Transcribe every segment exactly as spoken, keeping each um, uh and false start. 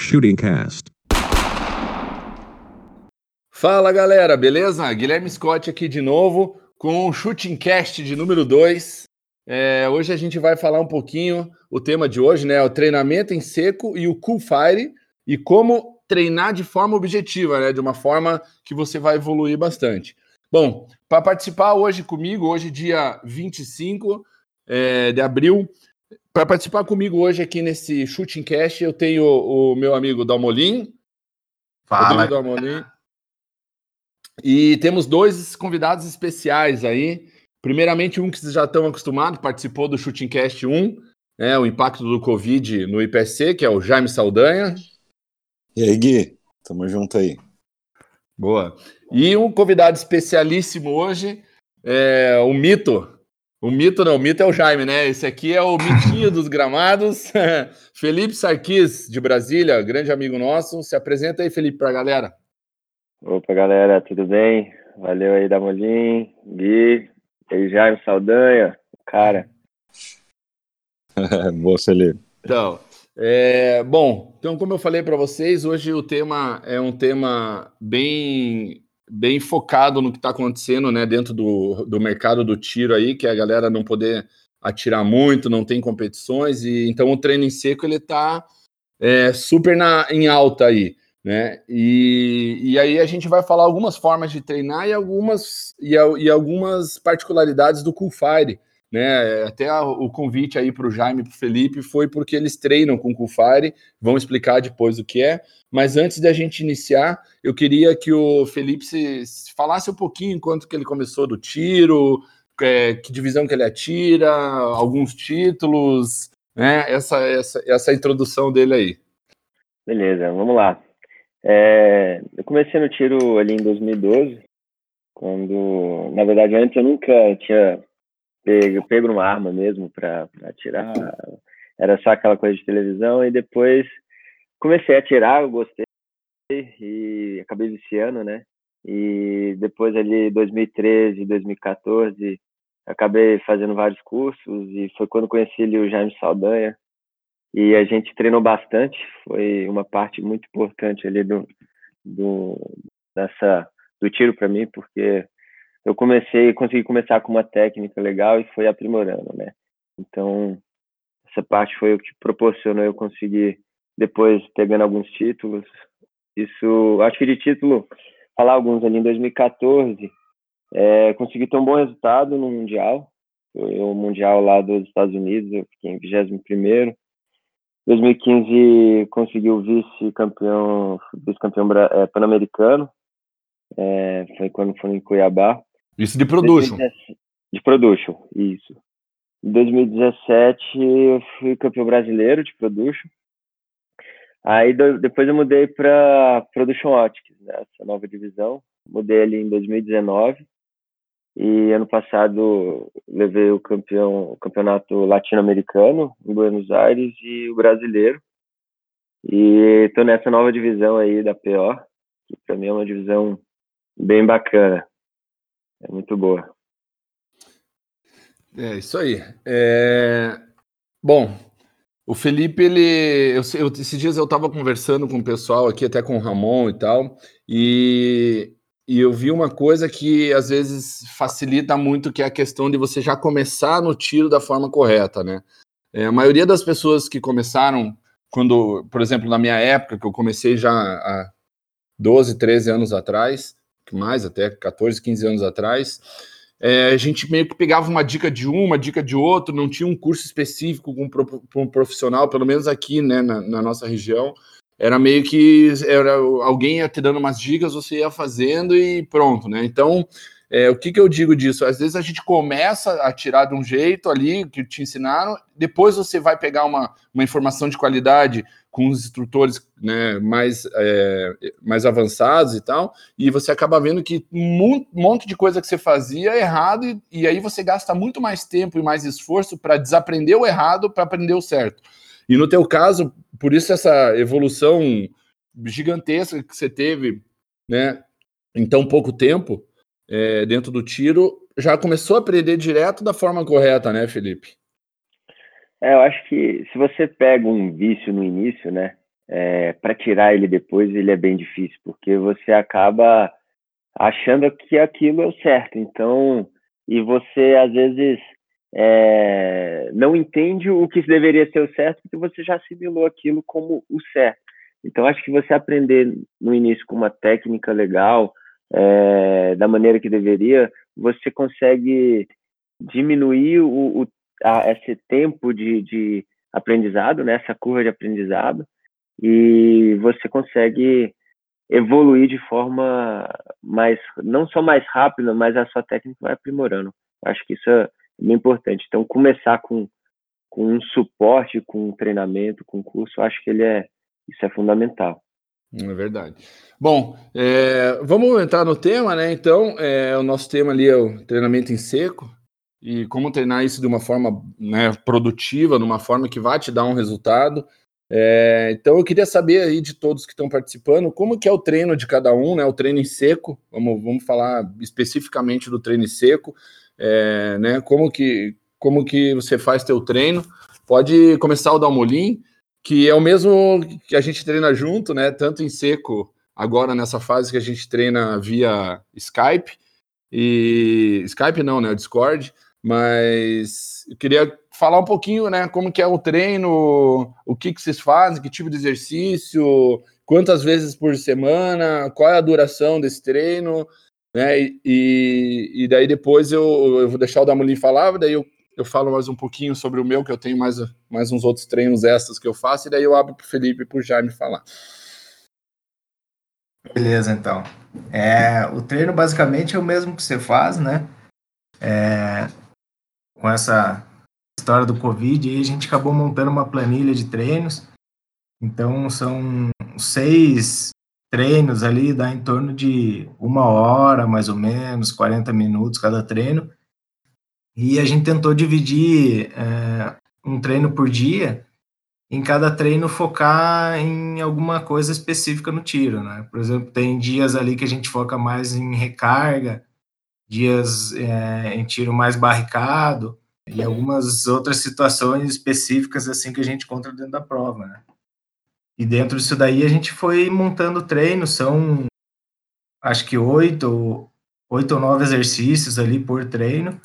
Shooting Cast. Fala galera, beleza? Guilherme Scott aqui de novo com o Shooting Cast de número dois. É, hoje a gente vai falar um pouquinho, o tema de hoje, né? O treinamento em seco e o Cool Fire e como treinar de forma objetiva, né? De uma forma que você vai evoluir bastante. Bom, para participar hoje comigo, hoje dia vinte e cinco é, de abril, para participar comigo hoje aqui nesse Shooting Cast, eu tenho o, o meu amigo Dalmolin. Fala. Rodrigo Dalmolin. E temos dois convidados especiais aí. Primeiramente, um que vocês já estão acostumados, participou do Shooting Cast um, né, o impacto do Covid no I P C, que é o Jaime Saldanha. E aí, Gui? Tamo junto aí. Boa. E um convidado especialíssimo hoje, é o Mito. O Mito não, o Mito é o Jaime, né? Esse aqui é o Mitinho dos gramados. Felipe Sarquis, de Brasília, grande amigo nosso. Se apresenta aí, Felipe, para a galera. Opa, galera, tudo bem? Valeu aí, Damolin, Gui, e aí, Jaime Saldanha, cara. Boa, Felipe. Então, é, bom, então como eu falei para vocês, hoje o tema é um tema bem, bem focado no que está acontecendo, né, dentro do, do mercado do tiro aí, que é a galera não poder atirar muito, não tem competições, e então o treino em seco ele está é, super na, em alta aí. Né? E, e aí a gente vai falar algumas formas de treinar e algumas, e, e algumas particularidades do Cool Fire, né? Até a, o convite aí para o Jaime e para o Felipe foi porque eles treinam com Cool Fire, vão explicar depois o que é, mas antes da gente iniciar, eu queria que o Felipe se, se falasse um pouquinho quanto que ele começou do tiro, é, que divisão que ele atira, alguns títulos, né? Essa, essa, essa introdução dele aí. Beleza, vamos lá. É, eu comecei no tiro ali em dois mil e doze, quando, na verdade, antes eu nunca tinha pego, pego numa arma mesmo para atirar, era só aquela coisa de televisão, e depois comecei a atirar, eu gostei e acabei viciando, né? E depois ali, dois mil e treze, dois mil e quatorze, acabei fazendo vários cursos, e foi quando conheci ali o Jaime Saldanha, e a gente treinou bastante, foi uma parte muito importante ali do, do, dessa, do tiro para mim, porque eu comecei, consegui começar com uma técnica legal e foi aprimorando, né? Então, essa parte foi o que proporcionou eu conseguir, depois, pegando alguns títulos. Isso, acho que de título, falar alguns ali em dois mil e quatorze, é, consegui ter um bom resultado no Mundial, foi o Mundial lá dos Estados Unidos, eu fiquei em vigésimo primeiro. Em dois mil e quinze consegui o vice-campeão, vice-campeão é, pan-americano, é, foi quando foi em Cuiabá. Isso de Production. De Production, isso. Em dois mil e dezessete eu fui campeão brasileiro de Production. Aí do, depois eu mudei para Production Optics, né, essa nova divisão. Mudei ali em dois mil e dezenove. E ano passado levei o, campeão, o campeonato latino-americano em Buenos Aires e o brasileiro. E estou nessa nova divisão aí da P O, que para mim é uma divisão bem bacana. É muito boa. É isso aí. É... Bom, o Felipe, ele... Eu, eu, esses dias eu estava conversando com o pessoal aqui, até com o Ramon e tal, e... E eu vi uma coisa que às vezes facilita muito, que é a questão de você já começar no tiro da forma correta, né? É, a maioria das pessoas que começaram, quando, por exemplo, na minha época, que eu comecei já há doze, treze anos atrás, mais até quatorze, quinze anos atrás, é, a gente meio que pegava uma dica de um, uma dica de outro, não tinha um curso específico com um profissional, pelo menos aqui, né, na, na nossa região. Era meio que era, alguém ia te dando umas dicas, você ia fazendo e pronto, né? Então, é, o que, que eu digo disso? Às vezes a gente começa a tirar de um jeito ali, que te ensinaram, depois você vai pegar uma, uma informação de qualidade com os instrutores, né, mais, é, mais avançados e tal, e você acaba vendo que um monte de coisa que você fazia é errado, e, e aí você gasta muito mais tempo e mais esforço para desaprender o errado para aprender o certo. E no teu caso, por isso essa evolução gigantesca que você teve, né, em tão pouco tempo, é, dentro do tiro, já começou a aprender direto da forma correta, né, Felipe? É, eu acho que se você pega um vício no início, né, é, para tirar ele depois, ele é bem difícil, porque você acaba achando que aquilo é o certo. Então, e você, às vezes, é, não entende o que deveria ser o certo, porque você já assimilou aquilo como o certo. Então, acho que você aprender no início com uma técnica legal, é, da maneira que deveria, você consegue diminuir o, o, a, esse tempo de, de aprendizado, né, essa curva de aprendizado, e você consegue evoluir de forma mais, não só mais rápida, mas a sua técnica vai aprimorando. Acho que isso é bem importante. Então, começar com, com um suporte, com um treinamento, com um curso, acho que ele é, isso é fundamental. É verdade. Bom, é, vamos entrar no tema, né? Então, é, o nosso tema ali é o treinamento em seco e como treinar isso de uma forma, né, produtiva, numa forma que vai te dar um resultado. É, então, eu queria saber aí de todos que estão participando, como que é o treino de cada um, né? O treino em seco, vamos, vamos falar especificamente do treino em seco, é, né? Como que, como que você faz teu treino? Pode começar o Dalmolin, que é o mesmo que a gente treina junto, né? Tanto em seco, agora nessa fase que a gente treina via Skype, e Skype não, né? O Discord, mas eu queria falar um pouquinho, né? Como que é o treino, o que que vocês fazem, que tipo de exercício, quantas vezes por semana, qual é a duração desse treino, né? E, e daí depois eu, eu vou deixar o Damolin falar, daí eu eu falo mais um pouquinho sobre o meu, que eu tenho mais, mais uns outros treinos extras que eu faço, e daí eu abro para o Felipe e para o Jaime falar. Beleza, então. É, o treino basicamente é o mesmo que você faz, né? É, com essa história do Covid, aí a gente acabou montando uma planilha de treinos. Então, são seis treinos ali, dá em torno de uma hora, mais ou menos, quarenta minutos cada treino. E a gente tentou dividir é, um treino por dia, em cada treino focar em alguma coisa específica no tiro, né? Por exemplo, tem dias ali que a gente foca mais em recarga, dias é, em tiro mais barricado, e algumas outras situações específicas assim que a gente encontra dentro da prova, né? E dentro disso daí a gente foi montando treinos, são acho que oito, oito ou nove exercícios ali por treino,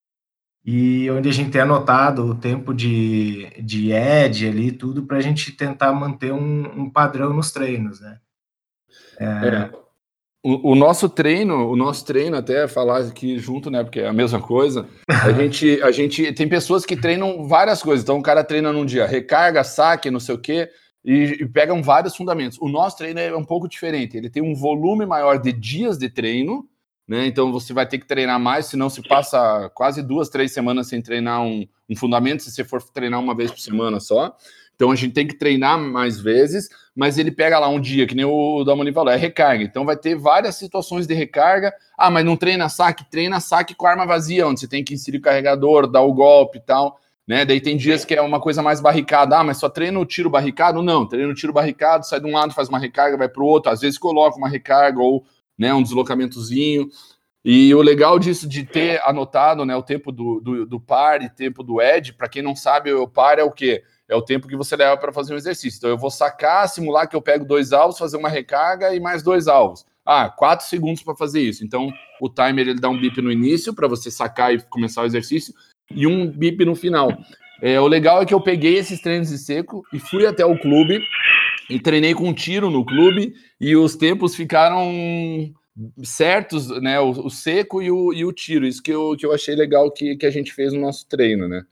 e onde a gente tem anotado o tempo de, de E D ali, tudo, para a gente tentar manter um, um padrão nos treinos, né? É... É, o, o nosso treino, o nosso treino, até falar aqui junto, né, porque é a mesma coisa, a gente, a gente tem pessoas que treinam várias coisas, então o cara treina num dia recarga, saque, não sei o quê, e, e pegam vários fundamentos. O nosso treino é um pouco diferente, ele tem um volume maior de dias de treino, né? Então você vai ter que treinar mais, senão se passa quase duas, três semanas sem treinar um, um fundamento, se você for treinar uma vez por semana só. Então a gente tem que treinar mais vezes, mas ele pega lá um dia, que nem o Damoni falou, é recarga. Então vai ter várias situações de recarga. Ah, mas não treina saque? Treina saque com arma vazia, onde você tem que inserir o carregador, dar o golpe e tal. Né? Daí tem dias que é uma coisa mais barricada. Ah, mas só treina o tiro barricado? Não, treina o tiro barricado, sai de um lado, faz uma recarga, vai para o outro. Às vezes coloca uma recarga ou, né, um deslocamentozinho. E o legal disso de ter anotado, né, o tempo do, do, do par e tempo do E D, para quem não sabe, o par é o quê? É o tempo que você leva para fazer um exercício. Então eu vou sacar, simular que eu pego dois alvos, fazer uma recarga e mais dois alvos. Ah, quatro segundos para fazer isso. Então o timer ele dá um bip no início para você sacar e começar o exercício e um bip no final. É, o legal é que eu peguei esses treinos de seco e fui até o clube e treinei com tiro no clube e os tempos ficaram certos, né? O, o seco e o, e o tiro. Isso que eu, que eu achei legal que, que a gente fez no nosso treino, né?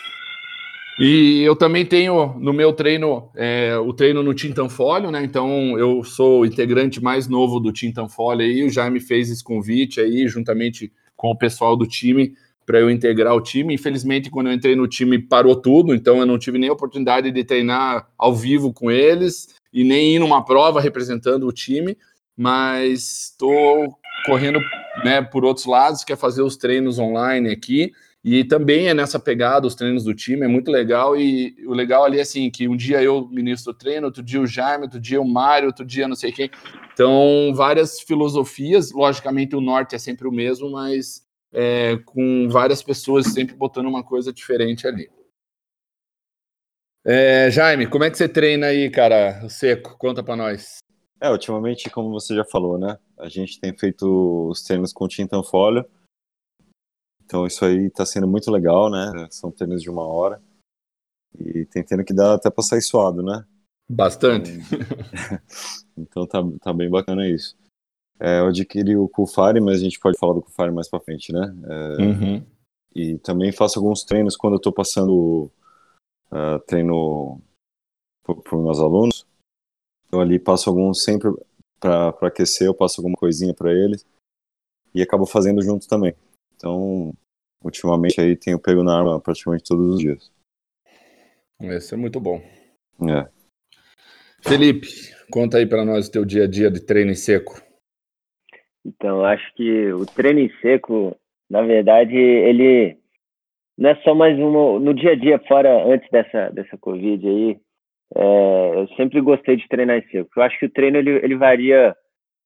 E eu também tenho no meu treino é, o treino no Tintanfolio, né? Então eu sou o integrante mais novo do Tintanfolio aí. O Jaime fez esse convite aí, juntamente com o pessoal do time, para eu integrar o time. Infelizmente, quando eu entrei no time, parou tudo, então eu não tive nem a oportunidade de treinar ao vivo com eles e nem ir numa prova representando o time, mas estou correndo, né, por outros lados, que é fazer os treinos online aqui. E também é nessa pegada, os treinos do time, é muito legal. E o legal ali é assim, que um dia eu ministro o treino, outro dia o Jaime, outro dia o Mário, outro dia não sei quem. Então, várias filosofias. Logicamente, o norte é sempre o mesmo, mas é, com várias pessoas sempre botando uma coisa diferente ali. É, Jaime, como é que você treina aí, cara? O seco, conta pra nós. É, ultimamente, como você já falou, né? A gente tem feito os treinos com tinta em folha. Então isso aí tá sendo muito legal, né? São treinos de uma hora. E tem treino que dá até pra sair suado, né? Bastante. Então, então tá, tá bem bacana isso. É, eu adquiri o Coolfire, mas a gente pode falar do Coolfire mais pra frente, né? É, Uhum. E também faço alguns treinos quando eu tô passando uh, treino para meus alunos. Eu ali passo alguns sempre para aquecer, eu passo alguma coisinha para eles e acabo fazendo junto também. Então, ultimamente aí tenho pego na arma praticamente todos os dias. Esse é muito bom. É. Felipe, conta aí para nós o teu dia a dia de treino em seco. Então, acho que o treino em seco, na verdade, ele não é só mais um... No dia a dia, fora antes dessa, dessa Covid aí, é, eu sempre gostei de treinar em seco. Eu acho que o treino, ele, ele varia...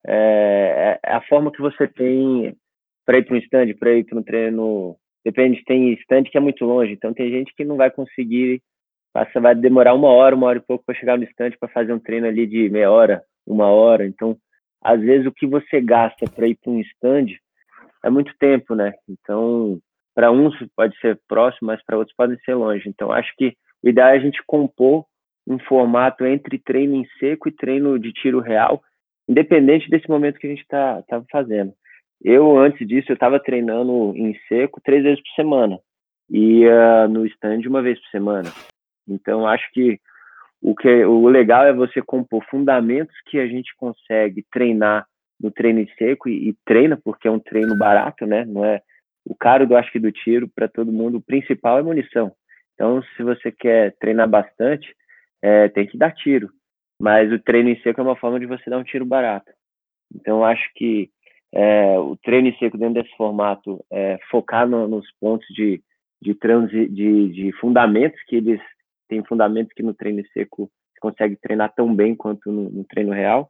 É, é a forma que você tem para ir para um stand, para ir para um treino... Depende, tem stand que é muito longe, então tem gente que não vai conseguir... Passa, vai demorar uma hora, uma hora e pouco para chegar no stand para fazer um treino ali de meia hora, uma hora. Então, às vezes, o que você gasta para ir para um stand é muito tempo, né? Então, para uns pode ser próximo, mas para outros podem ser longe. Então, acho que o ideal é a gente compor um formato entre treino em seco e treino de tiro real, independente desse momento que a gente está tá fazendo. Eu, antes disso, eu estava treinando em seco três vezes por semana e uh, no stand uma vez por semana. Então, acho que o, que o legal é você compor fundamentos que a gente consegue treinar no treino em seco e, e treina, porque é um treino barato, né? Não é o caro do acho que do tiro para todo mundo. O principal é munição. Então, se você quer treinar bastante, é, tem que dar tiro. Mas o treino em seco é uma forma de você dar um tiro barato. Então, acho que é, o treino em seco dentro desse formato é focar no, nos pontos de, de, transi, de, de fundamentos que eles tem fundamentos que no treino seco você consegue treinar tão bem quanto no, no treino real.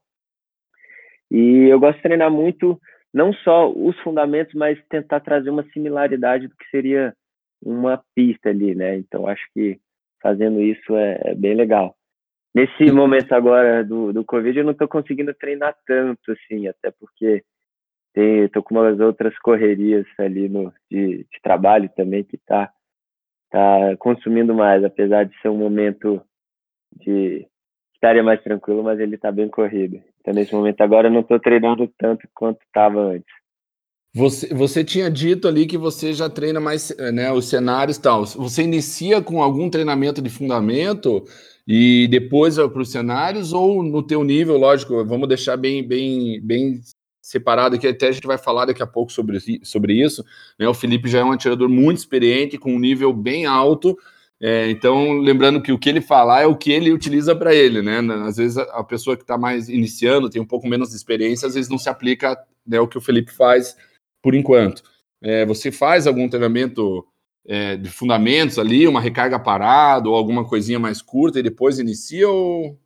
E eu gosto de treinar muito, não só os fundamentos, mas tentar trazer uma similaridade do que seria uma pista ali, né? Então, acho que fazendo isso é, é bem legal. Nesse momento agora do, do Covid, eu não estou conseguindo treinar tanto, assim, até porque estou com umas outras correrias ali no, de, de trabalho também que está tá consumindo mais, apesar de ser um momento de estaria mais tranquilo, mas ele tá bem corrido. Então, nesse momento agora, eu não tô treinando tanto quanto estava antes. Você, você tinha dito ali que você já treina mais, né, os cenários e tal. Você inicia com algum treinamento de fundamento e depois vai para os cenários, ou no teu nível, lógico, vamos deixar bem, bem, bem separado aqui, até a gente vai falar daqui a pouco sobre, sobre isso, né? O Felipe já é um atirador muito experiente, com um nível bem alto, é, então lembrando que o que ele falar é o que ele utiliza para ele, né? Às vezes a pessoa que está mais iniciando, tem um pouco menos de experiência, às vezes não se aplica, né, o que o Felipe faz por enquanto. É, você faz algum treinamento é, de fundamentos ali, uma recarga parada ou alguma coisinha mais curta e depois inicia ou...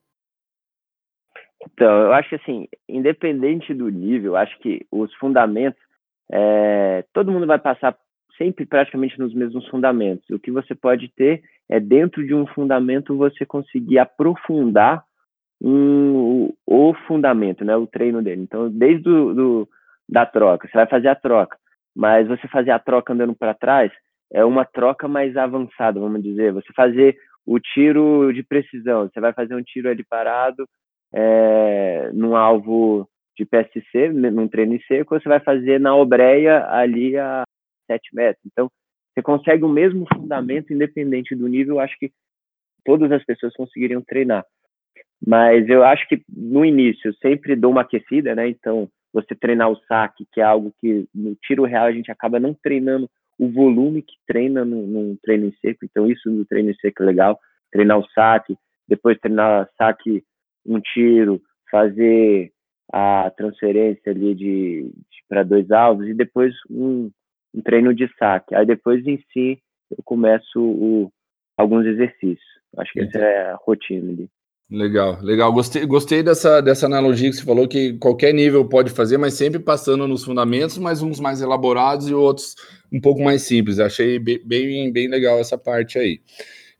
Então, eu acho assim, independente do nível, acho que os fundamentos, é, todo mundo vai passar sempre praticamente nos mesmos fundamentos. O que você pode ter é, dentro de um fundamento, você conseguir aprofundar um, o fundamento, né, o treino dele. Então, desde do, do, da troca, você vai fazer a troca, mas você fazer a troca andando para trás é uma troca mais avançada, vamos dizer. Você fazer o tiro de precisão, você vai fazer um tiro ali parado, É, num alvo de P S C, num treino em seco, você vai fazer na obreia ali a sete metros. Então, você consegue o mesmo fundamento, independente do nível. Acho que todas as pessoas conseguiriam treinar. Mas eu acho que no início eu sempre dou uma aquecida, né? Então, você treinar o saque, que é algo que no tiro real a gente acaba não treinando o volume que treina num, num treino em seco. Então, isso no treino em seco é legal. Treinar o saque, depois treinar saque um tiro, fazer a transferência ali de, de para dois alvos e depois um, um treino de saque. Aí depois em si eu começo o, alguns exercícios. Acho que essa é a rotina ali. Legal, legal. Gostei, gostei dessa, dessa analogia que você falou, que qualquer nível pode fazer, mas sempre passando nos fundamentos, mas uns mais elaborados e outros um pouco mais simples. Achei bem, bem, bem legal essa parte aí.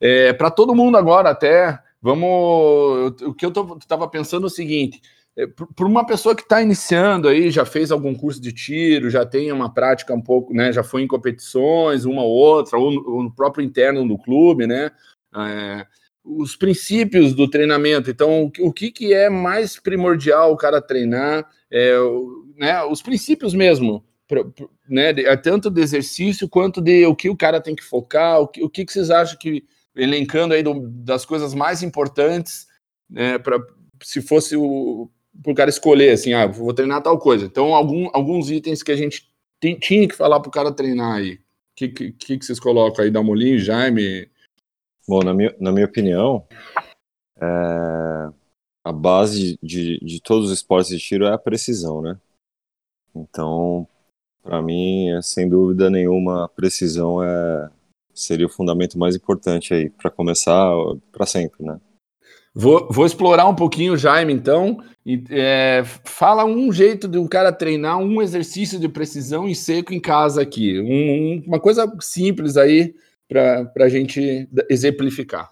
É, para todo mundo agora até, vamos... O que eu estava pensando é o seguinte, é, para uma pessoa que está iniciando aí, já fez algum curso de tiro, já tem uma prática um pouco, né, já foi em competições, uma ou outra, ou no, ou no próprio interno do clube, né, é, os princípios do treinamento. Então, o, o que, que é mais primordial o cara treinar, é, né, os princípios mesmo, pra, pra, né, de, tanto de exercício quanto de o que o cara tem que focar, o que, o que, que vocês acham que, elencando aí do, das coisas mais importantes, né, para se fosse o para o cara escolher, assim, ah, vou treinar tal coisa. Então, algum, alguns itens que a gente t- tinha que falar para o cara treinar aí. O que, que, que vocês colocam aí, Dalmolin, Jaime? Bom, na minha, na minha opinião, é, a base de, de todos os esportes de tiro é a precisão, né? Então, para mim, é, sem dúvida nenhuma, a precisão é, seria o fundamento mais importante aí, para começar, para sempre, né? Vou, vou explorar um pouquinho o Jaime, então. E, é, fala um jeito de um cara treinar um exercício de precisão em seco em casa aqui. Um, um, uma coisa simples aí para a gente exemplificar.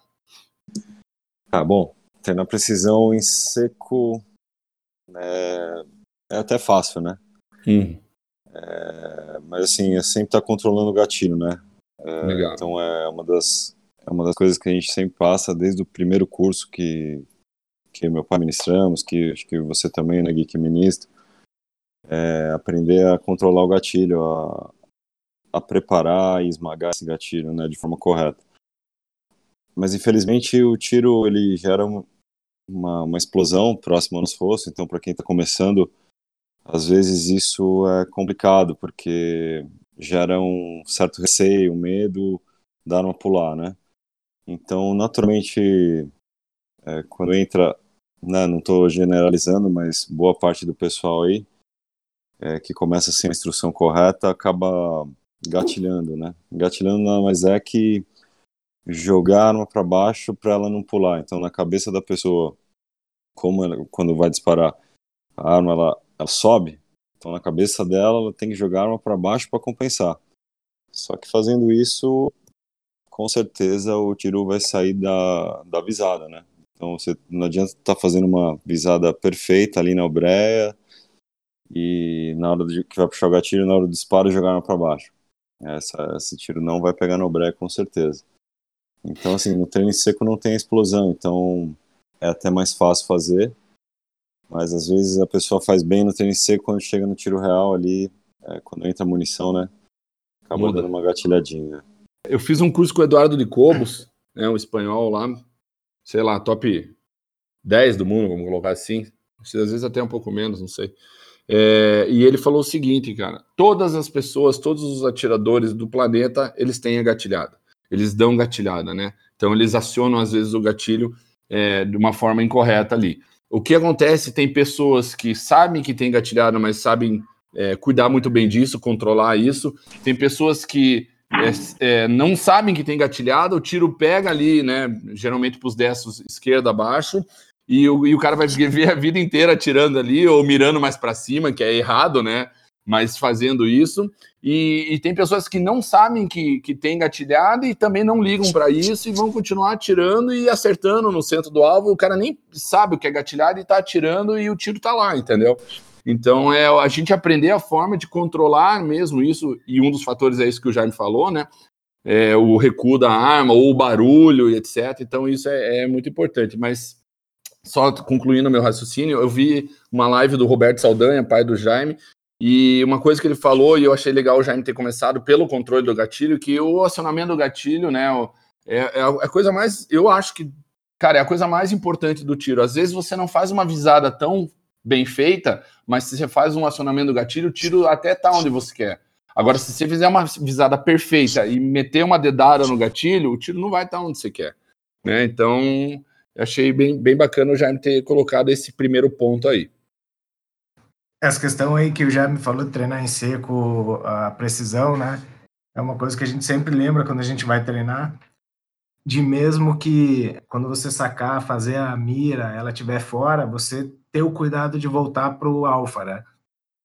Ah, bom, treinar precisão em seco é, é até fácil, né? Hum. É, mas assim, é sempre estar controlando o gatilho, né? É, então é uma das é uma das coisas que a gente sempre passa desde o primeiro curso que que meu pai ministramos, que acho que você também, né, Gui, que ministra, é aprender a controlar o gatilho, a, a preparar e esmagar esse gatilho, né, de forma correta. Mas infelizmente o tiro ele gera uma, uma explosão próxima ao nosso rosto, então para quem está começando, às vezes isso é complicado, porque gera um certo receio, medo da arma pular, né? Então, naturalmente, é, quando entra, né, não estou generalizando, mas boa parte do pessoal aí, é, que começa sem a instrução correta, acaba gatilhando, né? Gatilhando nada mais é que jogar a arma para baixo para ela não pular. Então, na cabeça da pessoa, como ela, quando vai disparar, a arma ela, ela sobe, então na cabeça dela ela tem que jogar a arma para baixo para compensar. Só que fazendo isso, com certeza o tiro vai sair da, da visada, né? Então você não adianta estar tá fazendo uma visada perfeita ali na obreia e na hora de, que vai puxar o gatilho, na hora do disparo, jogar a arma para baixo. Essa, esse tiro não vai pegar na obreia, com certeza. Então, assim, no treino em seco não tem explosão, então é até mais fácil fazer. Mas às vezes a pessoa faz bem no treino seco, quando chega no tiro real ali, é, quando entra a munição, né? Acaba Muda. dando uma gatilhadinha. Eu fiz um curso com o Eduardo de Cobos, né, um espanhol lá, sei lá, top dez do mundo, vamos colocar assim. Às vezes até um pouco menos, não sei. É, e ele falou o seguinte, cara, todas as pessoas, todos os atiradores do planeta, eles têm a gatilhada. Eles dão gatilhada, né? Então eles acionam às vezes o gatilho é, de uma forma incorreta ali. O que acontece, tem pessoas que sabem que tem gatilhada, mas sabem é, cuidar muito bem disso, controlar isso. Tem pessoas que é, é, não sabem que tem gatilhada, o tiro pega ali, né, geralmente para os destros esquerda abaixo, e o, e o cara vai viver a vida inteira atirando ali, ou mirando mais para cima, que é errado, né, mas fazendo isso. E, e tem pessoas que não sabem que, que tem gatilhada e também não ligam para isso e vão continuar atirando e acertando no centro do alvo, e o cara nem sabe o que é gatilhada e tá atirando e o tiro tá lá, entendeu? Então é a gente aprender a forma de controlar mesmo isso, e um dos fatores é isso que o Jaime falou, né? É, o recuo da arma, ou o barulho e etcétera. Então isso é, é muito importante. Mas só concluindo meu raciocínio, eu vi uma live do Roberto Saldanha, pai do Jaime, e uma coisa que ele falou, e eu achei legal o Jaime ter começado pelo controle do gatilho, que o acionamento do gatilho, né, é, é a coisa mais, eu acho que, cara, é a coisa mais importante do tiro. Às vezes você não faz uma visada tão bem feita, mas se você faz um acionamento do gatilho, o tiro até tá onde você quer. Agora, se você fizer uma visada perfeita e meter uma dedada no gatilho, o tiro não vai estar onde você quer, né? Então, eu achei bem, bem bacana o Jaime ter colocado esse primeiro ponto aí. Essa questão aí que o Jaime falou de treinar em seco, a precisão, né? É uma coisa que a gente sempre lembra quando a gente vai treinar, de mesmo que quando você sacar, fazer a mira, ela estiver fora, você ter o cuidado de voltar para o alfa, né?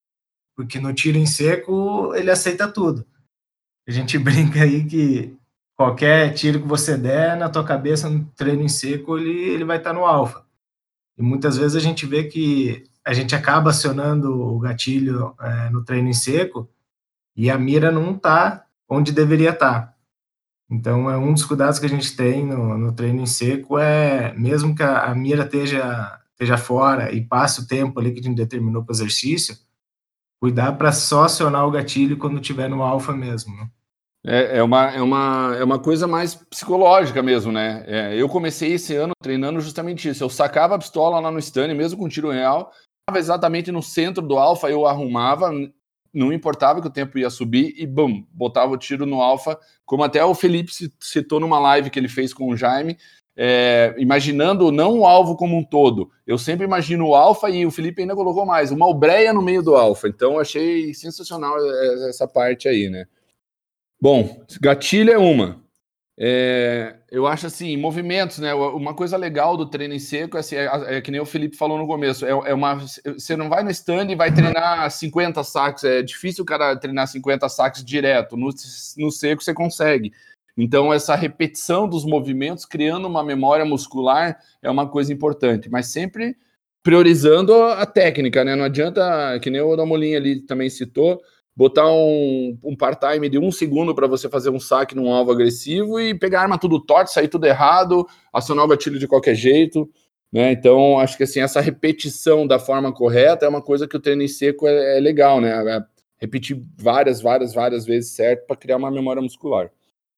Porque no tiro em seco, ele aceita tudo. A gente brinca aí que qualquer tiro que você der na tua cabeça no treino em seco, ele, ele vai estar no alfa. E muitas vezes a gente vê que a gente acaba acionando o gatilho é, no treino em seco e a mira não está onde deveria estar. Então, é um dos cuidados que a gente tem no, no treino em seco, é mesmo que a, a mira esteja, esteja fora e passe o tempo ali que a gente determinou para o exercício, cuidar para só acionar o gatilho quando estiver no alfa mesmo, né? É, é, uma, é, uma, é uma coisa mais psicológica mesmo, né? É, eu comecei esse ano treinando justamente isso. Eu sacava a pistola lá no stand, mesmo com tiro real, estava exatamente no centro do alfa, eu arrumava, não importava que o tempo ia subir e, bum, botava o tiro no alfa, como até o Felipe citou numa live que ele fez com o Jaime, é, imaginando não o alvo como um todo. Eu sempre imagino o alfa e o Felipe ainda colocou mais, uma obreia no meio do alfa. Então, achei sensacional essa parte aí, né? Bom, gatilho é uma. É, eu acho assim, movimentos, né? Uma coisa legal do treino em seco é, assim, é, é que nem o Felipe falou no começo. É, é uma, você não vai no stand e vai treinar cinquenta saques. É difícil o cara treinar cinquenta saques direto. No, no seco você consegue. Então, essa repetição dos movimentos, criando uma memória muscular, é uma coisa importante, mas sempre priorizando a técnica, né? Não adianta, que nem o Damolinha ali também citou, botar um, um part-time de um segundo para você fazer um saque num alvo agressivo e pegar a arma tudo torta, sair tudo errado, acionar o gatilho de qualquer jeito, né? Então, acho que assim, essa repetição da forma correta é uma coisa que o treino em seco é, é legal, né? É repetir várias, várias, várias vezes certo para criar uma memória muscular.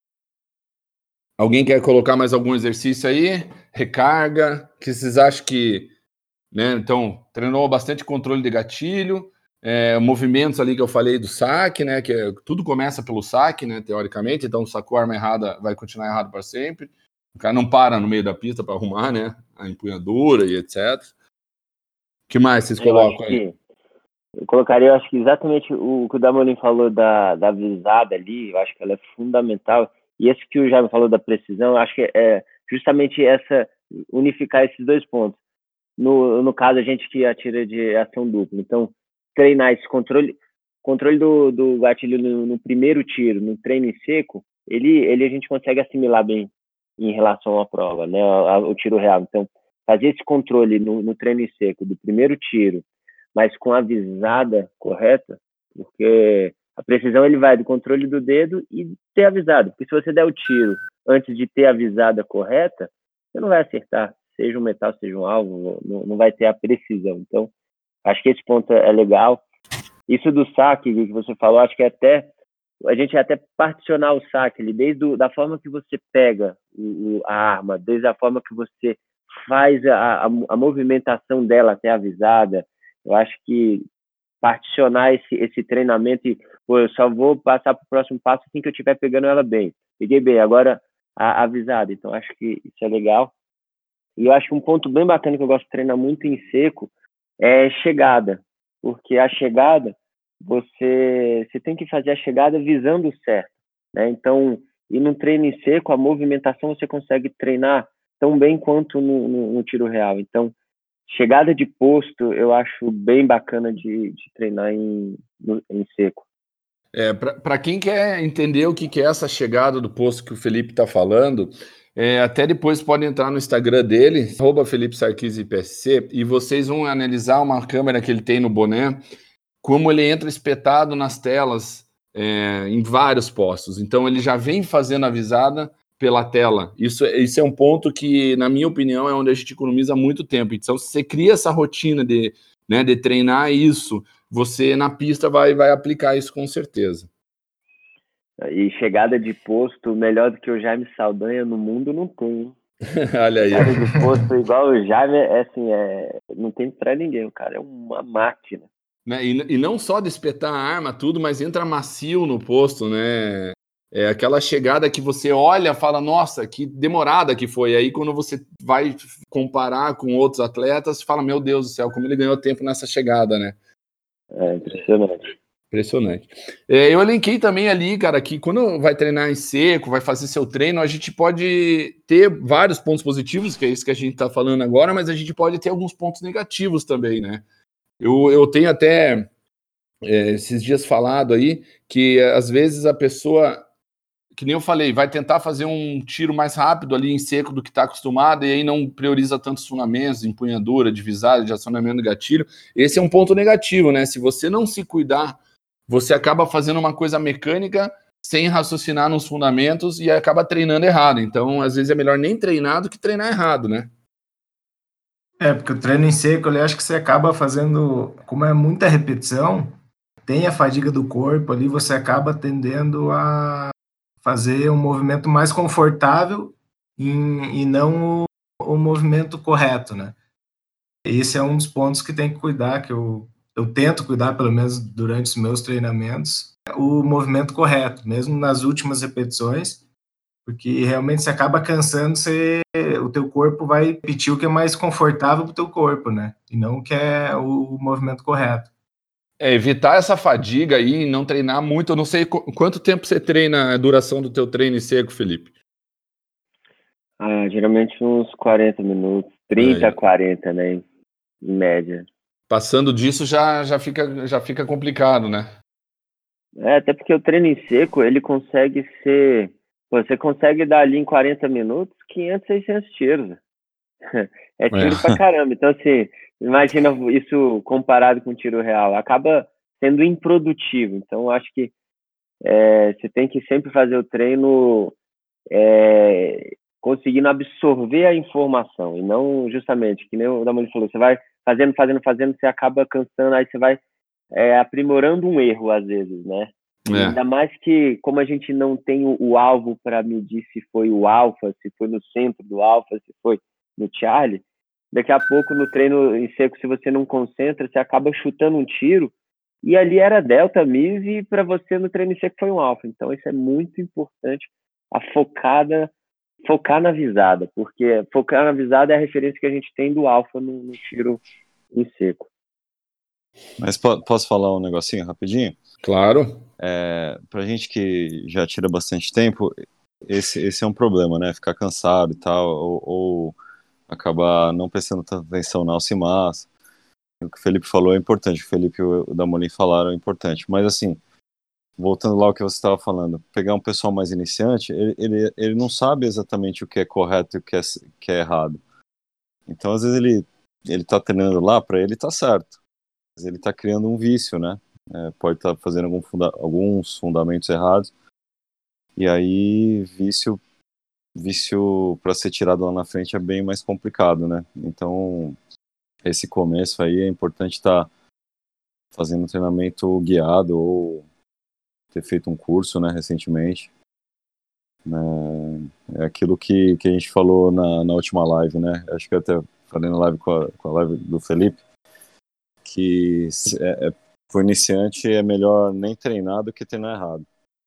Alguém quer colocar mais algum exercício aí? Recarga, que vocês acham que, né? Então, treinou bastante controle de gatilho, é, movimentos ali que eu falei do saque, né? Que é, tudo começa pelo saque, né? Teoricamente, então sacou a arma errada, vai continuar errado para sempre. O cara não para no meio da pista para arrumar, né? A empunhadura e etcétera. O que mais vocês colocam aí? Eu colocaria, eu acho que exatamente o que o Damolim falou da, da visada ali, eu acho que ela é fundamental. E esse que o Jaime falou da precisão, eu acho que é justamente essa, unificar esses dois pontos. No, no caso, a gente que atira de ação dupla. Então, treinar esse controle, controle do, do gatilho no, no primeiro tiro, no treino em seco, ele, ele a gente consegue assimilar bem em relação à prova, né, ao tiro real. Então, fazer esse controle no, no treino em seco do primeiro tiro, mas com a visada correta, porque a precisão ele vai do controle do dedo e ter a visada, porque se você der o tiro antes de ter a visada correta, você não vai acertar, seja um metal, seja um alvo, não, não vai ter a precisão. Então, acho que esse ponto é legal. Isso do saque que você falou, acho que é até a gente é até particionar o saque ali, desde do, da forma que você pega o, a arma, desde a forma que você faz a, a, a movimentação dela até a visada. Eu acho que particionar esse, esse treinamento e, pô, eu só vou passar para o próximo passo assim que eu estiver pegando ela bem. Peguei bem, agora a, a visada. Então, acho que isso é legal. E eu acho que um ponto bem bacana que eu gosto de treinar muito em seco é chegada. Porque a chegada, você, você tem que fazer a chegada visando o certo, né? Então, e no treino em seco, a movimentação você consegue treinar tão bem quanto no, no, no tiro real. Então, chegada de posto, eu acho bem bacana de, de treinar em, no, em seco. É, para quem quer entender o que, que é essa chegada do posto que o Felipe está falando, é, até depois podem entrar no Instagram dele, arroba Felipe Sarkis I P S C, e vocês vão analisar uma câmera que ele tem no boné, como ele entra espetado nas telas é, em vários postos. Então ele já vem fazendo a visada pela tela. Isso, isso é um ponto que, na minha opinião, é onde a gente economiza muito tempo. Então, se você cria essa rotina de, né, de treinar isso, você na pista vai, vai aplicar isso com certeza. E chegada de posto, melhor do que o Jaime Saldanha no mundo não tem. Olha aí. Chegada de posto igual o Jaime, é assim, é, não tem pra ninguém, o cara é uma máquina. Né? E, e não só de espetar a arma, tudo, mas entra macio no posto, né? É aquela chegada que você olha e fala, nossa, que demorada que foi. Aí quando você vai comparar com outros atletas, fala, meu Deus do céu, como ele ganhou tempo nessa chegada, né? É impressionante. Impressionante. É, eu elenquei também ali, cara, que quando vai treinar em seco, vai fazer seu treino, a gente pode ter vários pontos positivos, que é isso que a gente está falando agora, mas a gente pode ter alguns pontos negativos também, né? Eu, eu tenho até é, esses dias falado aí que às vezes a pessoa que nem eu falei, vai tentar fazer um tiro mais rápido ali em seco do que está acostumado e aí não prioriza tantos fundamentos, empunhadura, divisada, de acionamento do gatilho. Esse é um ponto negativo, né? Se você não se cuidar, você acaba fazendo uma coisa mecânica sem raciocinar nos fundamentos e acaba treinando errado. Então, às vezes é melhor nem treinar do que treinar errado, né? É, porque o treino em seco, eu acho que você acaba fazendo, como é muita repetição, tem a fadiga do corpo ali, você acaba tendendo a fazer um movimento mais confortável em, e não o, o movimento correto, né? Esse é um dos pontos que tem que cuidar, que eu, eu tento cuidar, pelo menos durante os meus treinamentos, o movimento correto, mesmo nas últimas repetições, porque realmente você acaba cansando, você, o teu corpo vai repetir o que é mais confortável para o teu corpo, né? E não o que é o movimento correto. É, evitar essa fadiga aí, não treinar muito. Eu não sei qu- quanto tempo você treina, a duração do teu treino em seco, Felipe. Ah, geralmente uns quarenta minutos, trinta a quarenta, né? Em média. Passando disso já, já, fica, já fica complicado, né? É, até porque o treino em seco, ele consegue ser... Você consegue dar ali em quarenta minutos quinhentos, seiscentos tiros. É tiro É. pra caramba. Então, assim, imagina isso comparado com tiro real. Acaba sendo improdutivo. Então, eu acho que é, você tem que sempre fazer o treino é, conseguindo absorver a informação. E não justamente, que nem o Damoli falou, você vai fazendo, fazendo, fazendo, você acaba cansando, aí você vai é, aprimorando um erro, às vezes, né? E É. ainda mais que, como a gente não tem o, o alvo para medir se foi o alfa, se foi no centro do alfa, se foi no Charlie, daqui a pouco no treino em seco, se você não concentra, você acaba chutando um tiro e ali era delta, mis, e para você no treino em seco foi um alfa. Então isso é muito importante, a focada, focar na visada, porque focar na visada é a referência que a gente tem do alfa no, no tiro em seco. Mas po- posso falar um negocinho rapidinho? Claro. É, pra gente que já tira bastante tempo, esse, esse é um problema, né? Ficar cansado e tal, ou, ou acabar não prestando tanta atenção na alcimassa. O que o Felipe falou é importante, o Felipe e o Damolin falaram é importante. Mas assim, voltando lá ao que você estava falando, pegar um pessoal mais iniciante, ele, ele, ele não sabe exatamente o que é correto e o que é, que é errado. Então, às vezes, ele, ele tá treinando lá, para ele tá certo. Mas ele tá criando um vício, né? É, pode estar tá fazendo algum funda alguns fundamentos errados. E aí, vício, vício para ser tirado lá na frente é bem mais complicado, né? Então, esse começo aí é importante estar tá fazendo um treinamento guiado ou ter feito um curso, né, recentemente. É, é aquilo que, que a gente falou na, na última live, né? Acho que eu até falei na live com a, com a live do Felipe, que é, é, para o iniciante é melhor nem treinar do que treinar errado.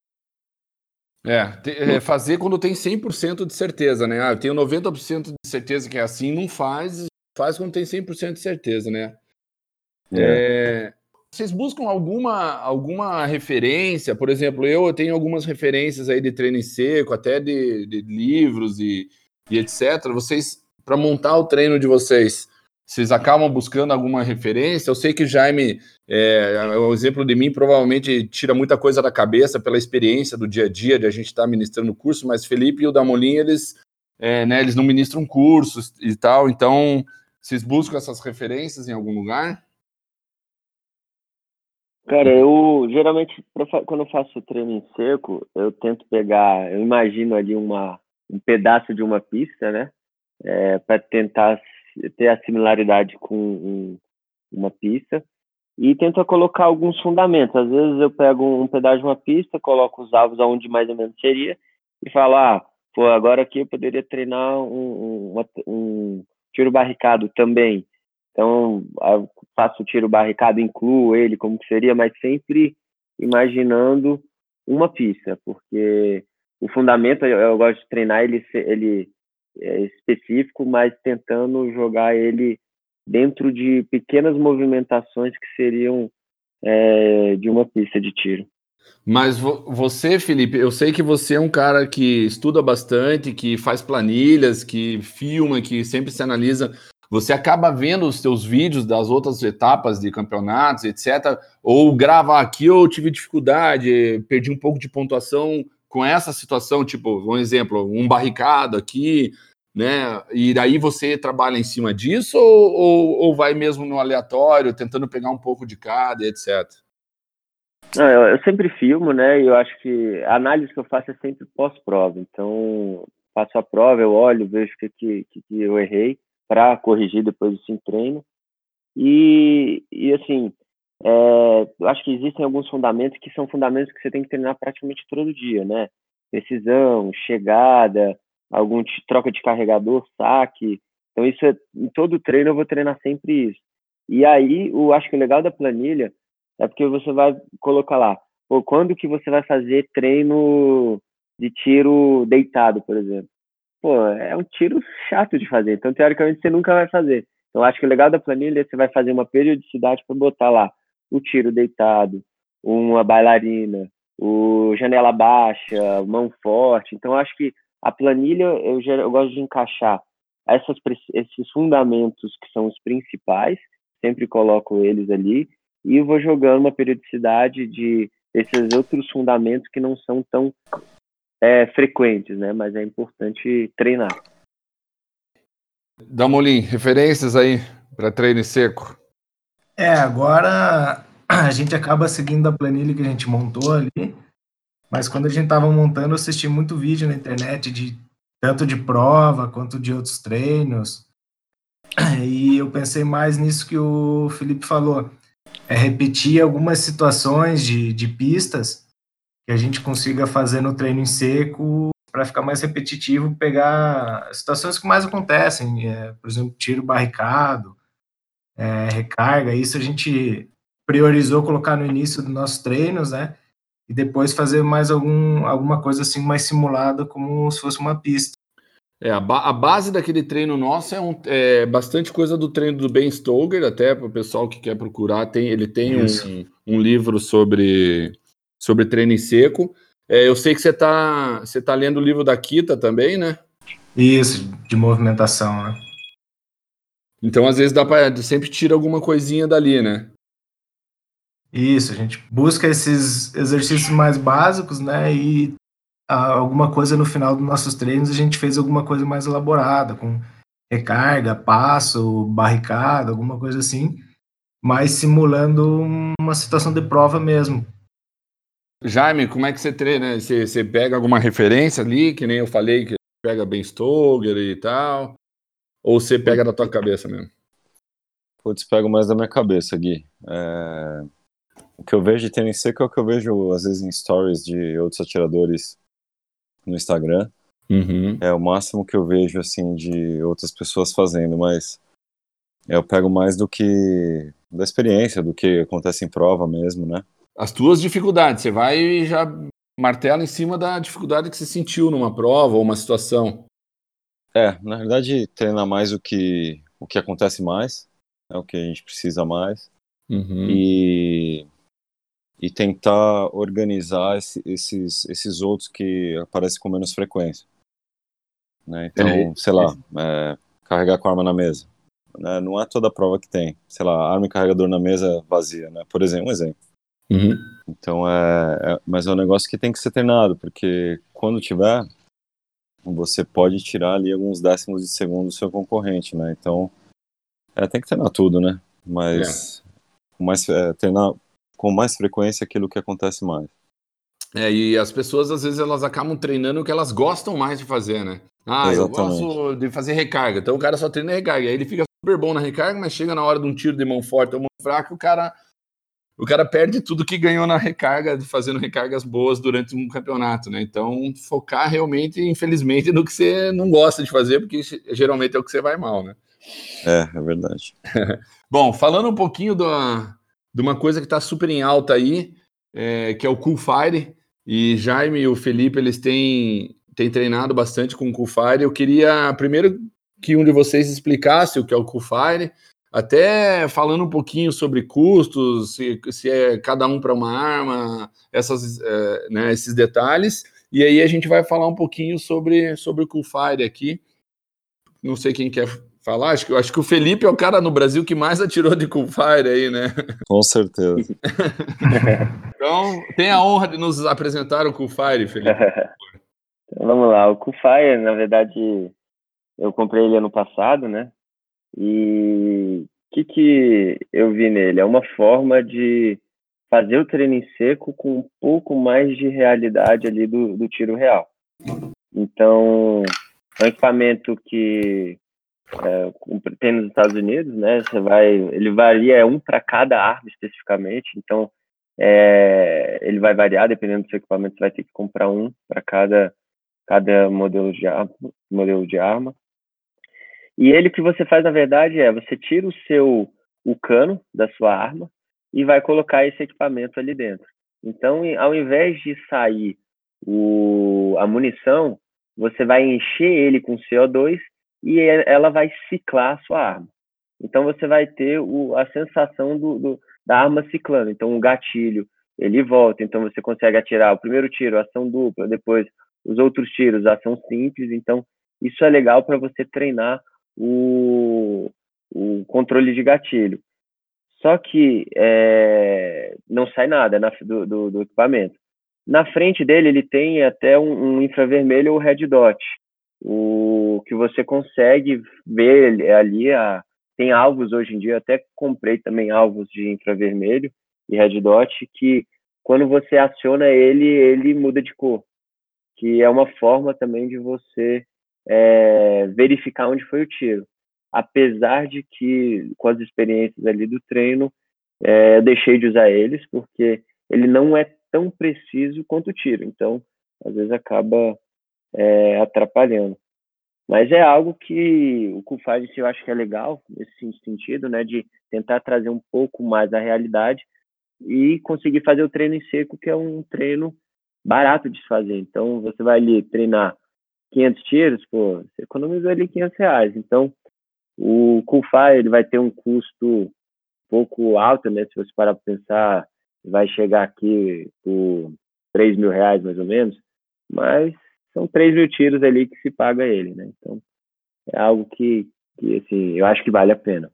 É, te, é, fazer quando tem cem por cento de certeza, né? Ah, eu tenho noventa por cento de certeza que é assim, não faz, faz quando tem cem por cento de certeza, né? É. É, vocês buscam alguma, alguma referência? Por exemplo, eu tenho algumas referências aí de treino em seco, até de, de livros e, e etcétera. Vocês, para montar o treino de vocês, vocês acabam buscando alguma referência? Eu sei que Jaime, é, o exemplo de mim, provavelmente tira muita coisa da cabeça pela experiência do dia a dia, de a gente estar ministrando curso, mas Felipe e o Damolin, eles, é, né, eles não ministram cursos e tal, então vocês buscam essas referências em algum lugar? Cara, eu geralmente, quando eu faço treino em seco, eu tento pegar, eu imagino ali uma, um pedaço de uma pista, né? É, para tentar ter a similaridade com um, uma pista e tento colocar alguns fundamentos. Às vezes eu pego um pedaço de uma pista, coloco os alvos aonde mais ou menos seria e falo, ah, pô, agora aqui eu poderia treinar um, um, um tiro barricado também. Então, eu faço o tiro barricado, incluo ele como que seria, mas sempre imaginando uma pista, porque o fundamento, eu, eu gosto de treinar ele, ele é específico, mas tentando jogar ele dentro de pequenas movimentações que seriam é, de uma pista de tiro. Mas vo você, Felipe, eu sei que você é um cara que estuda bastante, que faz planilhas, que filma, que sempre se analisa. Você acaba vendo os seus vídeos das outras etapas de campeonatos, etcétera. Ou grava aqui, eu tive dificuldade, perdi um pouco de pontuação com essa situação, tipo, um exemplo, um barricado aqui, né? E daí você trabalha em cima disso ou, ou, ou vai mesmo no aleatório, tentando pegar um pouco de cada, etcétera? Não, eu, eu sempre filmo, né? E eu acho que a análise que eu faço é sempre pós-prova. Então, faço a prova, eu olho, vejo o que, que, que eu errei para corrigir depois disso em treino. E, e assim, é, eu acho que existem alguns fundamentos que são fundamentos que você tem que treinar praticamente todo dia, né? Precisão, chegada, algum t- troca de carregador, saque. Então, isso é, em todo treino eu vou treinar sempre isso. E aí, eu acho que o legal da planilha é porque você vai colocar lá, pô, quando que você vai fazer treino de tiro deitado, por exemplo? Pô, é um tiro chato de fazer, então teoricamente você nunca vai fazer. Então acho que o legal da planilha é que você vai fazer uma periodicidade para botar lá o tiro deitado, uma bailarina, o janela baixa, mão forte. Então acho que a planilha eu, já, eu gosto de encaixar essas, esses fundamentos que são os principais, sempre coloco eles ali e vou jogando uma periodicidade de esses outros fundamentos que não são tão é, frequentes, né? Mas é importante treinar. Damolim, referências aí para treino seco? É, agora a gente acaba seguindo a planilha que a gente montou ali, mas quando a gente estava montando, eu assisti muito vídeo na internet de tanto de prova quanto de outros treinos. E eu pensei mais nisso que o Felipe falou, é repetir algumas situações de, de pistas que a gente consiga fazer no treino em seco para ficar mais repetitivo, pegar situações que mais acontecem, é, por exemplo, tiro barricado, é, recarga, isso a gente priorizou colocar no início dos nossos treinos, né? E depois fazer mais algum, alguma coisa assim mais simulada, como se fosse uma pista. É, a, ba a base daquele treino nosso é, um, é bastante coisa do treino do Ben Stoker, até para o pessoal que quer procurar, tem, ele tem um, um livro sobre, sobre treino em seco. É, eu sei que você está você tá lendo o livro da Kita também, né? Isso, de movimentação, né? Então, às vezes, dá para sempre tira alguma coisinha dali, né? Isso, a gente busca esses exercícios mais básicos, né? E a, alguma coisa no final dos nossos treinos a gente fez alguma coisa mais elaborada, com recarga, passo, barricada, alguma coisa assim, mas simulando uma situação de prova mesmo. Jaime, como é que você treina? Você, você pega alguma referência ali, que nem eu falei, que pega Ben Stoker e tal? Ou você pega da tua cabeça mesmo? Putz, pego mais da minha cabeça, Gui. É... O que eu vejo de tênis seco é o que eu vejo, às vezes, em stories de outros atiradores no Instagram. Uhum. É o máximo que eu vejo, assim, de outras pessoas fazendo, mas eu pego mais do que da experiência, do que acontece em prova mesmo, né? As tuas dificuldades, você vai e já martela em cima da dificuldade que você sentiu numa prova ou uma situação. É, na verdade, treinar mais o que, o que acontece mais, é o que a gente precisa mais, Uhum. e, e tentar organizar esse, esses, esses outros que aparecem com menos frequência. Né? Então, É, sei lá, é, carregar com a arma na mesa. Né? Não é toda prova que tem. Sei lá, arma e carregador na mesa vazia, né? Por exemplo, um exemplo. Uhum. Então, é, é, mas é um negócio que tem que ser treinado, porque quando tiver, você pode tirar ali alguns décimos de segundo do seu concorrente, né? Então, é, tem que treinar tudo, né? Mas com mais, é, treinar com mais frequência aquilo que acontece mais. É, e as pessoas, às vezes, elas acabam treinando o que elas gostam mais de fazer, né? Ah, eu Exatamente. gosto de fazer recarga. Então o cara só treina recarga. Aí ele fica super bom na recarga, mas chega na hora de um tiro de mão forte ou mão fraca, o cara, o cara perde tudo que ganhou na recarga, fazendo recargas boas durante um campeonato, né? Então, focar realmente, infelizmente, no que você não gosta de fazer, porque geralmente é o que você vai mal, né? É, é verdade. Bom, falando um pouquinho da, de uma coisa que está super em alta aí, é, que é o Cool Fire, e Jaime e o Felipe, eles têm, têm treinado bastante com o Cool Fire. Eu queria primeiro que um de vocês explicasse o que é o Cool Fire, até falando um pouquinho sobre custos, se, se é cada um para uma arma, essas, é, né, esses detalhes, e aí a gente vai falar um pouquinho sobre, sobre o Cool Fire aqui. Não sei quem quer falar? Acho que, acho que o Felipe é o cara no Brasil que mais atirou de Coolfire aí, né? Com certeza. Então, tem a honra de nos apresentar o Coolfire, Felipe. Então, vamos lá, o Coolfire, na verdade, eu comprei ele ano passado, né? E o que, que eu vi nele? É uma forma de fazer o treino em seco com um pouco mais de realidade ali do, do tiro real. Então, é um equipamento que é, tem nos Estados Unidos, né? Você vai, ele varia, é um para cada arma especificamente. Então, é, ele vai variar dependendo do seu equipamento. Você vai ter que comprar um para cada cada modelo de arma, modelo de arma. E ele, o que você faz na verdade é você tira o seu o cano da sua arma e vai colocar esse equipamento ali dentro. Então, ao invés de sair o, a munição, você vai encher ele com C O dois e ela vai ciclar a sua arma. Então, você vai ter o, a sensação do, do, da arma ciclando. Então, o gatilho, ele volta. Então, você consegue atirar o primeiro tiro, ação dupla, depois os outros tiros, ação simples. Então, isso é legal para você treinar o, o controle de gatilho. Só que é, não sai nada na, do, do, do equipamento. Na frente dele, ele tem até um, um infravermelho ou red dot, o que você consegue ver ali. A, tem alvos hoje em dia, até comprei também alvos de infravermelho e red dot, que quando você aciona ele, ele muda de cor, que é uma forma também de você é, verificar onde foi o tiro. Apesar de que, com as experiências ali do treino, é, eu deixei de usar eles, porque ele não é tão preciso quanto o tiro. Então, às vezes acaba é, atrapalhando. Mas é algo que o Coolfire, eu acho que é legal, nesse sentido, né, de tentar trazer um pouco mais da realidade e conseguir fazer o treino em seco, que é um treino barato de se fazer. Então, você vai ali treinar quinhentos tiros, pô, você economizou ali quinhentos reais. Então, o Coolfire, ele vai ter um custo um pouco alto, né? Se você parar para pensar, vai chegar aqui por três mil reais, mais ou menos, mas são três mil tiros ali que se paga ele, né? Então, é algo que, que assim, eu acho que vale a pena.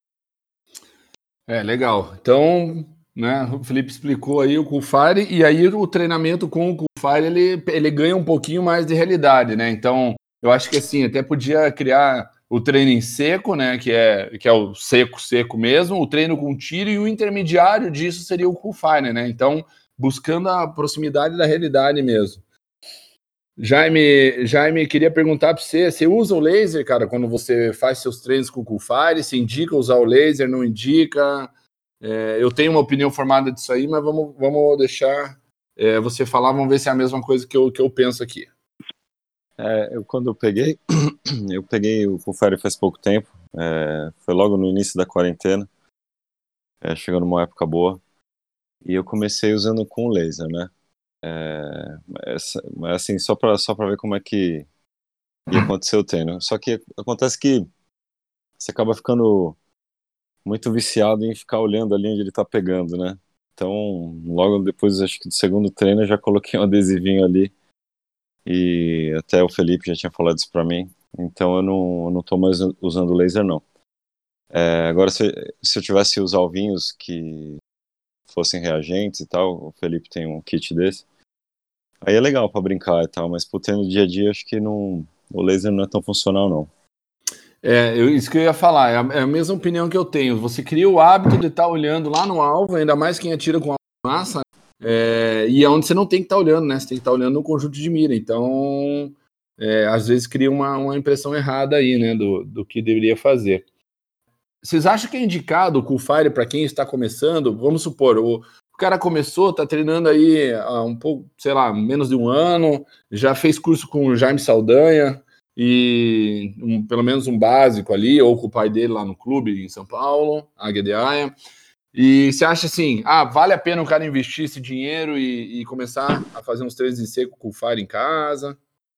É, legal. Então, né, o Felipe explicou aí o Coolfire, e aí o treinamento com o Coolfire, ele, ele ganha um pouquinho mais de realidade, né? Então, eu acho que assim, até podia criar o treino em seco, né, que é, que é o seco, seco mesmo, o treino com tiro, e o intermediário disso seria o Coolfire, né? Então, buscando a proximidade da realidade mesmo. Jaime, Jaime, queria perguntar para você, você usa o laser, cara, quando você faz seus treinos com o Coolfire? Você indica usar o laser, não indica? É, eu tenho uma opinião formada disso aí, mas vamos, vamos deixar é, você falar, vamos ver se é a mesma coisa que eu, que eu penso aqui. É, eu, quando eu peguei, eu peguei o Coolfire faz pouco tempo, é, foi logo no início da quarentena, é, chegou numa época boa, e eu comecei usando com laser, né? É, mas, assim, só para só para ver como é que ia acontecer o treino. Só que acontece que você acaba ficando muito viciado em ficar olhando ali onde ele tá pegando, né? Então, logo depois, acho que do segundo treino, eu já coloquei um adesivinho ali, e até o Felipe já tinha falado isso pra mim, então eu não, eu não tô mais usando laser, não. É, agora, se, se eu tivesse os alvinhos que fossem reagentes e tal, o Felipe tem um kit desse, aí é legal pra brincar e tal, mas pro treino do dia a dia, acho que não, o laser não é tão funcional, não. É, eu, isso que eu ia falar, é a, é a mesma opinião que eu tenho. Você cria o hábito de estar olhando lá no alvo, ainda mais quem atira com a massa, é, e é onde você não tem que estar olhando, né? Você tem que estar olhando no conjunto de mira. Então, é, às vezes cria uma, uma impressão errada aí, né, do, do que deveria fazer. Vocês acham que é indicado o Coolfire para quem está começando? Vamos supor, o, o cara começou, está treinando aí há um pouco, sei lá, menos de um ano, já fez curso com o Jaime Saldanha, e um, pelo menos um básico ali, ou com o pai dele lá no clube em São Paulo, Águia de Aia. E você acha assim, ah, vale a pena o cara investir esse dinheiro e, e começar a fazer uns treinos em seco com o Fire em casa?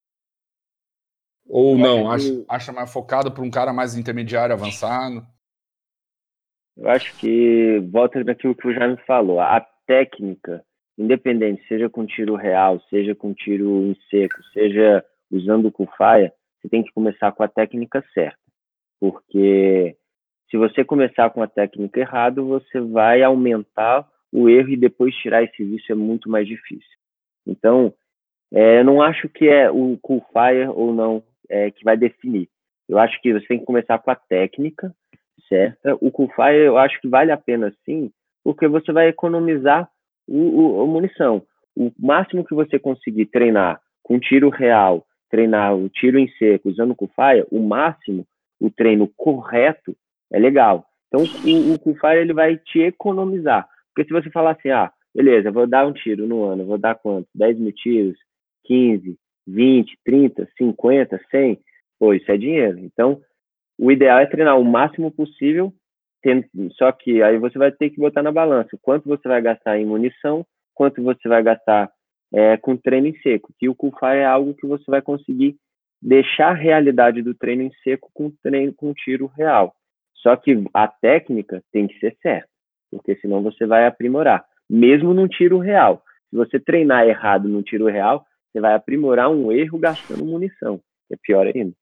Ou Eu não, acho acha, que, acha mais focado para um cara mais intermediário, avançado? eu acho que volta daquilo que o Jaime falou, a técnica, independente, seja com tiro real, seja com tiro em seco, seja usando o Coolfire, você tem que começar com a técnica certa. porque se você começar com a técnica errada, você vai aumentar o erro e depois tirar esse vício é muito mais difícil. Então, é, eu não acho que é o Cool Fire ou não é, que vai definir. Eu acho que você tem que começar com a técnica certa. O Cool Fire eu acho que vale a pena sim, porque você vai economizar o, o, a munição. O máximo que você conseguir treinar com tiro real, treinar o tiro em seco usando o Cool Fire, o máximo, o treino correto é legal. Então o, o Cool Fire ele vai te economizar. Porque se você falar assim, ah, beleza, vou dar um tiro no ano, vou dar quanto? dez mil tiros, quinze, vinte, trinta, cinquenta, cem, pô, isso é dinheiro. Então, o ideal é treinar o máximo possível, tendo, só que aí você vai ter que botar na balança quanto você vai gastar em munição, quanto você vai gastar é, com treino em seco, que o Cool Fire é algo que você vai conseguir deixar a realidade do treino em seco com treino com tiro real. Só que a técnica tem que ser certa, porque senão você vai aprimorar, mesmo num tiro real. Se você treinar errado no tiro real, você vai aprimorar um erro gastando munição, que é pior ainda.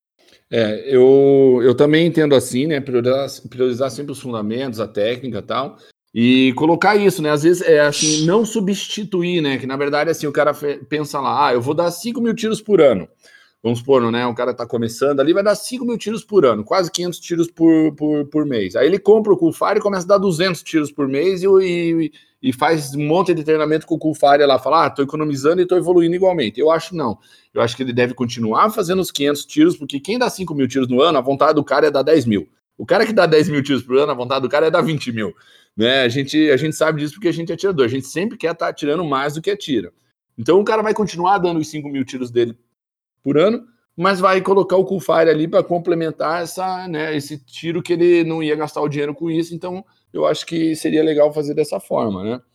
É, eu, eu também entendo assim, né? Priorizar, priorizar sempre os fundamentos, a técnica e tal. E colocar isso, né? Às vezes é assim, não substituir, né? Que na verdade, assim, o cara pensa lá, ah, eu vou dar cinco mil tiros por ano. Vamos supor, né? Um cara tá começando ali, vai dar cinco mil tiros por ano, quase quinhentos tiros por, por, por mês. Aí ele compra o Cool Fire e começa a dar duzentos tiros por mês e, e, e faz um monte de treinamento com o Cool Fire lá, fala, ah, tô economizando e tô evoluindo igualmente. Eu acho não. Eu acho que ele deve continuar fazendo os quinhentos tiros, porque quem dá cinco mil tiros no ano, a vontade do cara é dar dez mil. O cara que dá dez mil tiros por ano, a vontade do cara é dar vinte mil. Né? A, gente, a gente sabe disso porque a gente é atirador. A gente sempre quer estar atirando mais do que atira. Então o cara vai continuar dando os cinco mil tiros dele por ano, mas vai colocar o Cool Fire ali para complementar essa, né, esse tiro que ele não ia gastar o dinheiro com isso. Então eu acho que seria legal fazer dessa forma, né?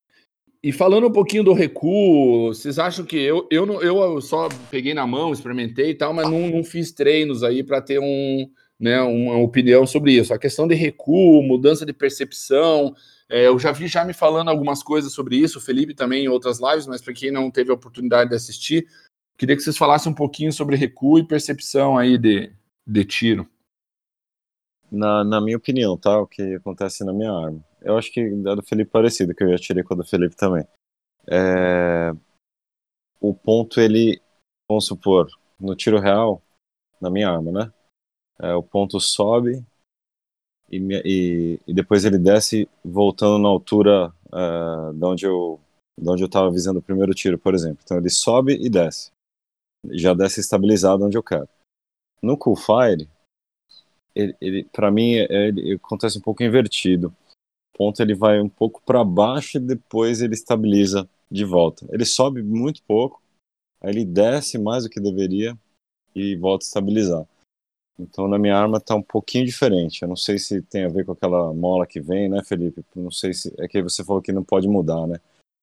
E falando um pouquinho do recuo, vocês acham que eu, eu, não, eu só peguei na mão, experimentei e tal, mas não, não fiz treinos aí para ter um, né, uma opinião sobre isso. A questão de recuo, mudança de percepção, é, eu já vi já me falando algumas coisas sobre isso, o Felipe também em outras lives, mas para quem não teve a oportunidade de assistir, queria que vocês falassem um pouquinho sobre recuo e percepção aí de, de tiro. Na, na minha opinião, tá? O que acontece na minha arma. Eu acho que a do Felipe parecido, que eu já tirei com a do Felipe também. É... O ponto, ele, vamos supor, no tiro real, na minha arma, né? É, o ponto sobe e, e, e depois ele desce voltando na altura uh, de onde eu de onde eu estava visando o primeiro tiro, por exemplo. Então ele sobe e desce. Já desce estabilizado onde eu quero. No Cool Fire, ele, ele, para mim, ele, ele acontece um pouco invertido. O ponto ele vai um pouco para baixo e depois ele estabiliza de volta. Ele sobe muito pouco, aí ele desce mais do que deveria e volta a estabilizar. Então na minha arma tá um pouquinho diferente. Eu não sei se tem a ver com aquela mola que vem, né, Felipe? Não sei se é que você falou que não pode mudar, né?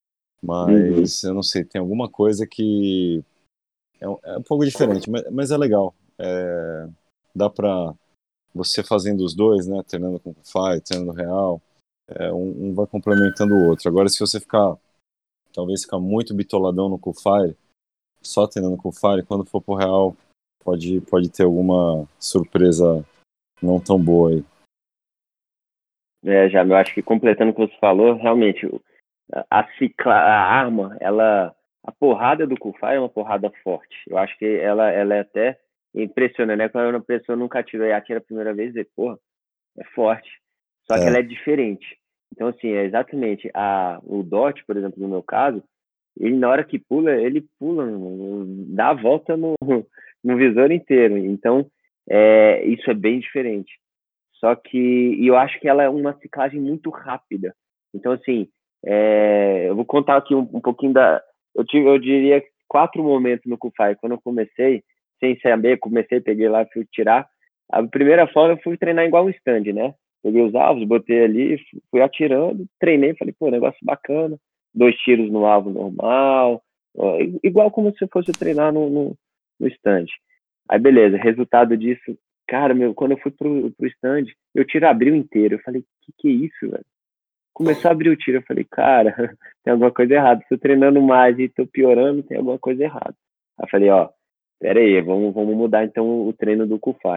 Mas uhum. Eu não sei, tem alguma coisa que é um, é um pouco diferente, mas, mas é legal. É, dá pra você fazendo os dois, né? Treinando com o Fire, treinando real, é, um, um vai complementando o outro. Agora, se você ficar, talvez ficar muito bitoladão no Cool Fire, só treinando com o Fire, quando for pro real, pode, pode ter alguma surpresa não tão boa aí. É, já, eu acho que completando o que você falou, realmente, a, cicla, a arma, ela, a porrada do Cool Fire é uma porrada forte. Eu acho que ela, ela é até impressionante, né? Quando uma pessoa nunca atirou e atira a primeira vez, e, porra, é forte. Só é. que ela é diferente. Então, assim, é exatamente, a, o dot, por exemplo, no meu caso, ele na hora que pula, ele pula, dá a volta no, no visor inteiro. Então, é, isso é bem diferente. Só que e eu acho que ela é uma ciclagem muito rápida. Então, assim, é, eu vou contar aqui um, um pouquinho da... Eu, tive, eu diria quatro momentos no Cool Fire. Quando eu comecei, sem saber, comecei, peguei lá, fui tirar. A primeira forma, eu fui treinar igual um stand, né? Peguei os alvos, botei ali, fui atirando, treinei, falei, pô, negócio bacana. Dois tiros no alvo normal, igual como se fosse treinar no, no, no stand. Aí, beleza, resultado disso... Cara, meu, quando eu fui pro, pro stand, eu tiro abriu inteiro. Eu falei, que que é isso, velho? Começou a abrir o tiro. Eu falei, cara, tem alguma coisa errada. Estou treinando mais e tô piorando, tem alguma coisa errada. Aí eu falei, ó, pera aí, vamos, vamos mudar então o treino do Cool Fire.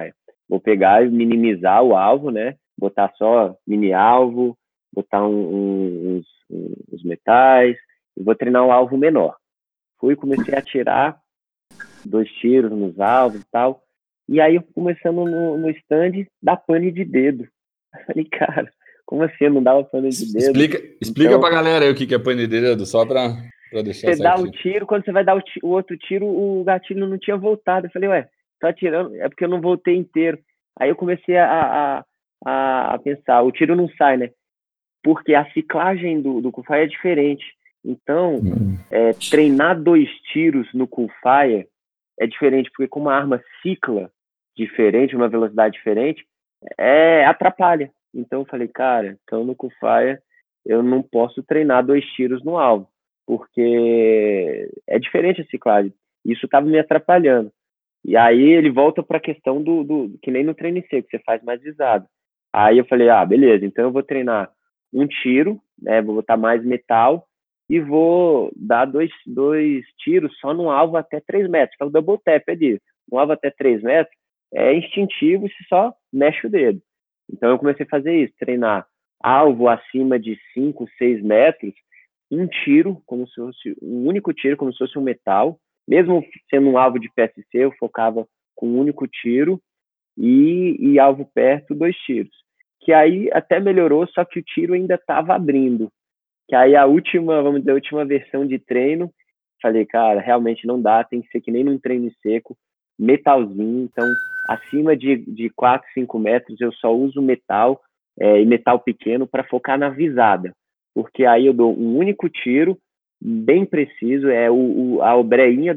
vou pegar e minimizar o alvo, né? Botar só mini alvo, botar um, um, uns, uns metais, e vou treinar um alvo menor. Fui, comecei a atirar dois tiros nos alvos e tal, e aí eu começando no, no stand, dar pane de dedo. Eu falei, cara, como assim eu não dava pane de dedo? Explica, explica então, pra galera aí o que é pane de dedo, só pra, pra deixar você dá o certinho. tiro, quando você vai dar o, o outro tiro, o gatilho não tinha voltado. Eu falei, ué, tá atirando, é porque eu não voltei inteiro. Aí eu comecei a, a, a pensar, o tiro não sai, né? Porque a ciclagem do, do Coolfire é diferente. Então, hum. é, treinar dois tiros no Coolfire é diferente, porque como a arma cicla diferente, uma velocidade diferente, é, atrapalha. Então eu falei, cara, então no Coolfire eu não posso treinar dois tiros no alvo, porque é diferente a ciclagem. Isso estava me atrapalhando. E aí ele volta para a questão do, do, que nem no treino seco, você faz mais visado. Aí eu falei, ah, beleza, então eu vou treinar um tiro, né, vou botar mais metal e vou dar dois, dois tiros só no alvo até três metros, que é o double tap ali. Um alvo até três metros é instintivo e você só mexe o dedo. Então eu comecei a fazer isso, treinar alvo acima de cinco, seis metros, um tiro, como se fosse um único tiro, como se fosse um metal. Mesmo sendo um alvo de P S C, eu focava com um único tiro e, e alvo perto, dois tiros. Que aí até melhorou, só que o tiro ainda estava abrindo. Que aí a última, vamos dizer, a última versão de treino, falei, cara, realmente não dá, tem que ser que nem num treino seco, metalzinho. Então, acima de, de quatro, cinco metros, eu só uso metal é, e metal pequeno para focar na visada. Porque aí eu dou um único tiro, bem preciso, é o, o, a obreinha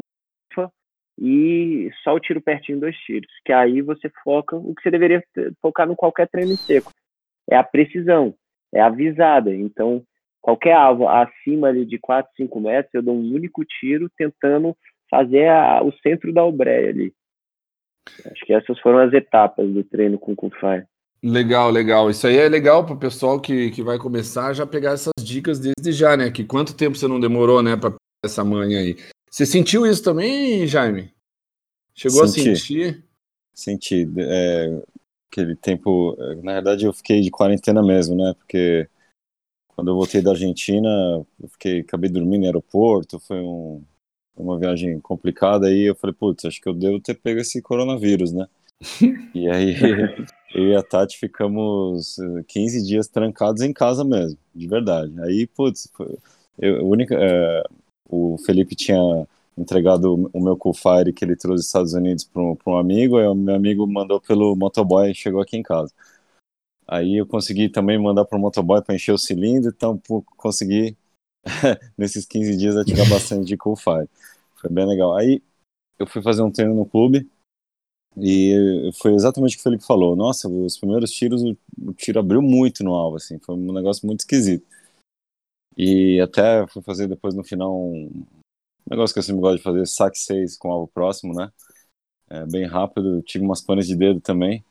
e só o tiro pertinho, dois tiros. Que aí você foca o que você deveria focar no qualquer treino seco. É a precisão, é a visada. Então, qualquer alvo acima ali de quatro, cinco metros, eu dou um único tiro tentando fazer a, o centro da obreia ali. Acho que essas foram as etapas do treino com o Coolfire. Legal, legal. Isso aí é legal para o pessoal que, que vai começar já pegar essas dicas desde já, né? Que quanto tempo você não demorou, né, para pegar essa manha aí? Você sentiu isso também, Jaime? Chegou Senti. a sentir? Senti. É, aquele tempo... Na verdade, eu fiquei de quarentena mesmo, né? Porque quando eu voltei da Argentina, eu fiquei, acabei dormindo no aeroporto, foi um, uma viagem complicada, aí eu falei, putz, acho que eu devo ter pego esse coronavírus, né? E aí... eu e a Tati ficamos quinze dias trancados em casa mesmo, de verdade. Aí, putz, eu, única, é, o Felipe tinha entregado o meu Coolfire que ele trouxe dos Estados Unidos para um amigo, e o meu amigo mandou pelo motoboy e chegou aqui em casa. Aí eu consegui também mandar para o motoboy para encher o cilindro, então pô, consegui, nesses quinze dias, atirar bastante de Coolfire. Foi bem legal. Aí eu fui fazer um treino no clube, e foi exatamente o que o Felipe falou. Nossa, os primeiros tiros, o, o tiro abriu muito no alvo, assim, foi um negócio muito esquisito. E até fui fazer depois no final um negócio que eu sempre gosto de fazer, saque seis com alvo próximo, né? É, bem rápido, tive umas panes de dedo também.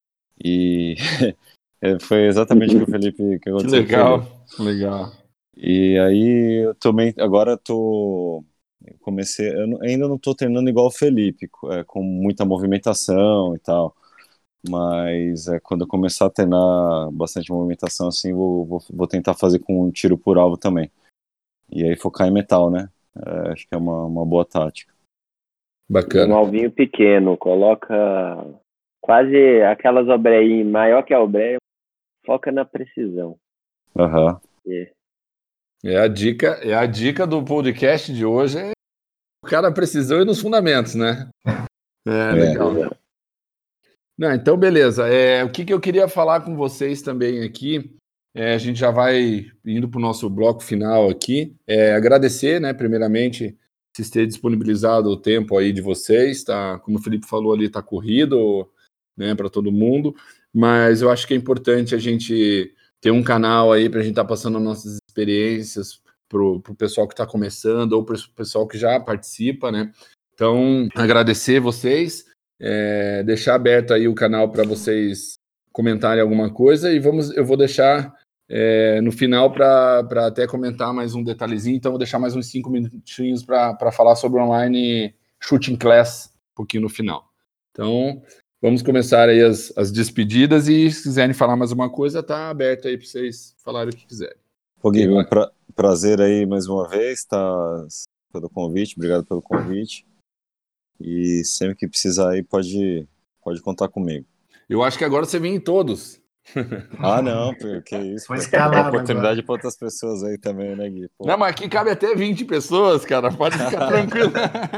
E foi exatamente o que o Felipe que aconteceu. Que legal, legal. E aí eu também, agora eu tô... Eu comecei, eu ainda não estou treinando igual o Felipe, é, com muita movimentação e tal, mas é, quando eu começar a treinar bastante movimentação assim, vou, vou, vou tentar fazer com um tiro por alvo também, e aí focar em metal, né? É, acho que é uma, uma boa tática. Bacana. Um alvinho pequeno, coloca quase aquelas obreinhas, maior que a obreia, foca na precisão. Aham. Uhum. É. É a dica, é a dica do podcast de hoje, é o cara precisão e nos fundamentos, né? É, é. Legal. Não, então, beleza. É, o que, que eu queria falar com vocês também aqui, é, a gente já vai indo para o nosso bloco final aqui, é, agradecer, né, primeiramente, se ter disponibilizado o tempo aí de vocês, tá? Como o Felipe falou ali, tá corrido, né, para todo mundo, mas eu acho que é importante a gente ter um canal aí para a gente estar tá passando nossas experiências para o pessoal que está começando ou para o pessoal que já participa, né? Então, agradecer vocês, é, deixar aberto aí o canal para vocês comentarem alguma coisa e vamos, eu vou deixar é, no final para até comentar mais um detalhezinho, então vou deixar mais uns cinco minutinhos para falar sobre online shooting class um pouquinho no final. Então, vamos começar aí as, as despedidas e se quiserem falar mais uma coisa, tá aberto aí para vocês falarem o que quiserem. Pô, Gui, um pra, prazer aí mais uma vez, tá, pelo convite, obrigado pelo convite. E sempre que precisar aí, pode, pode contar comigo. Eu acho que agora você vem em todos. Ah, não, que isso. Foi Dá escalado oportunidade para outras pessoas aí também, né, Gui? Pô. Não, mas aqui cabe até vinte pessoas, cara. Pode ficar tranquilo.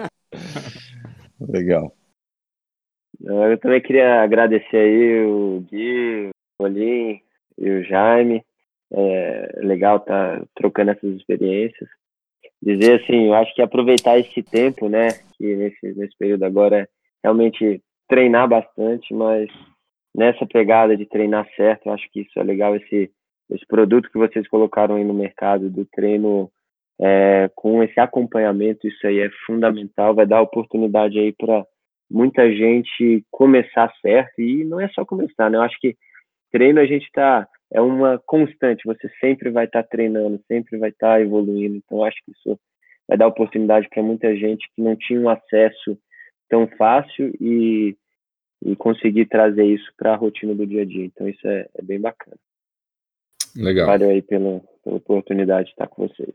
Legal. Eu também queria agradecer aí o Gui, o Olim e o Jaime. É legal estar tá trocando essas experiências. Dizer assim, eu acho que aproveitar esse tempo, né, que nesse, nesse período agora é realmente treinar bastante, mas nessa pegada de treinar certo, eu acho que isso é legal, esse, esse produto que vocês colocaram aí no mercado do treino é, com esse acompanhamento, isso aí é fundamental, vai dar oportunidade aí para muita gente começar certo, e não é só começar, né, eu acho que treino a gente está, é uma constante, você sempre vai estar tá treinando, sempre vai estar tá evoluindo, então acho que isso vai dar oportunidade para muita gente que não tinha um acesso tão fácil e, e conseguir trazer isso para a rotina do dia a dia, então isso é, é bem bacana. Legal. Valeu aí pela, pela oportunidade de estar com vocês.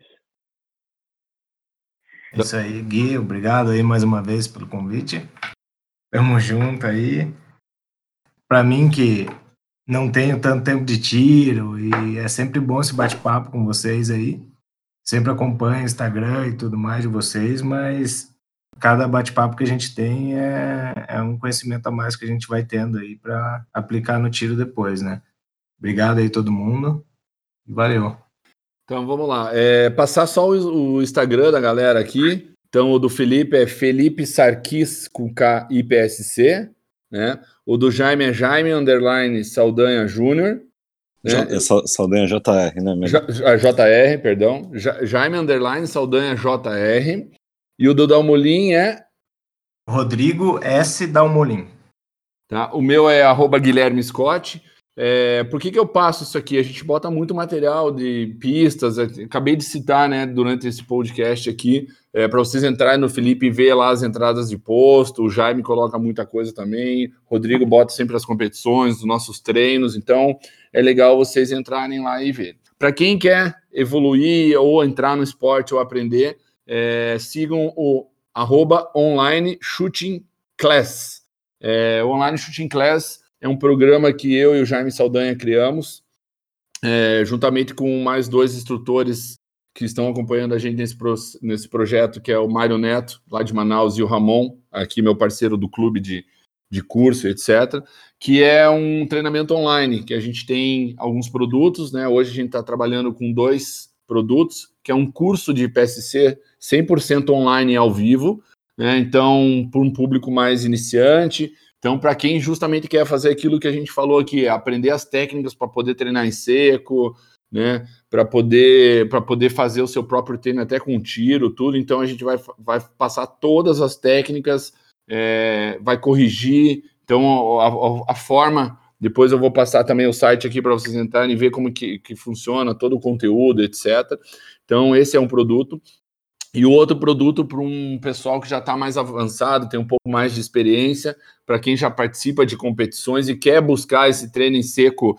É isso aí, Gui, obrigado aí mais uma vez pelo convite. Tamo junto aí. Para mim que não tenho tanto tempo de tiro e é sempre bom esse bate-papo com vocês aí. Sempre acompanho o Instagram e tudo mais de vocês, mas cada bate-papo que a gente tem é, é um conhecimento a mais que a gente vai tendo aí para aplicar no tiro depois, né? Obrigado aí todo mundo e valeu. Então vamos lá. É, passar só o, o Instagram da galera aqui. Então o do Felipe é Felipe Sarkis com K I P S C, né? O do Jaime é Jaime underline Saldanha Júnior. Né? J, Saldanha J R, né? J, J R, perdão. J, Jaime underline Saldanha J R. E o do Dalmolin é Rodrigo S. Dalmolin. Tá? O meu é arroba Guilherme Scott. É, por que, que eu passo isso aqui? A gente bota muito material de pistas. Acabei de citar, né, durante esse podcast aqui, é, para vocês entrarem no Felipe e ver lá as entradas de posto. O Jaime coloca muita coisa também. O Rodrigo bota sempre as competições, os nossos treinos. Então, é legal vocês entrarem lá e ver. Para quem quer evoluir ou entrar no esporte ou aprender, é, sigam o arroba online shooting class. É, o Online Shooting Class é um programa que eu e o Jaime Saldanha criamos, é, juntamente com mais dois instrutores que estão acompanhando a gente nesse, pro, nesse projeto, que é o Mário Neto, lá de Manaus, e o Ramon, aqui meu parceiro do clube de, de curso, etcétera, que é um treinamento online, que a gente tem alguns produtos, né? Hoje a gente está trabalhando com dois produtos, que é um curso de P S C cem por cento online e ao vivo, né? Então, para um público mais iniciante, então, para quem justamente quer fazer aquilo que a gente falou aqui, aprender as técnicas para poder treinar em seco, né? Para poder, para poder fazer o seu próprio treino até com tiro, tudo. Então, a gente vai, vai passar todas as técnicas, é, vai corrigir. Então, a, a, a forma. Depois eu vou passar também o site aqui para vocês entrarem e ver como que, que funciona todo o conteúdo, etcétera. Então, esse é um produto. E o outro produto para um pessoal que já está mais avançado, tem um pouco mais de experiência, para quem já participa de competições e quer buscar esse treino em seco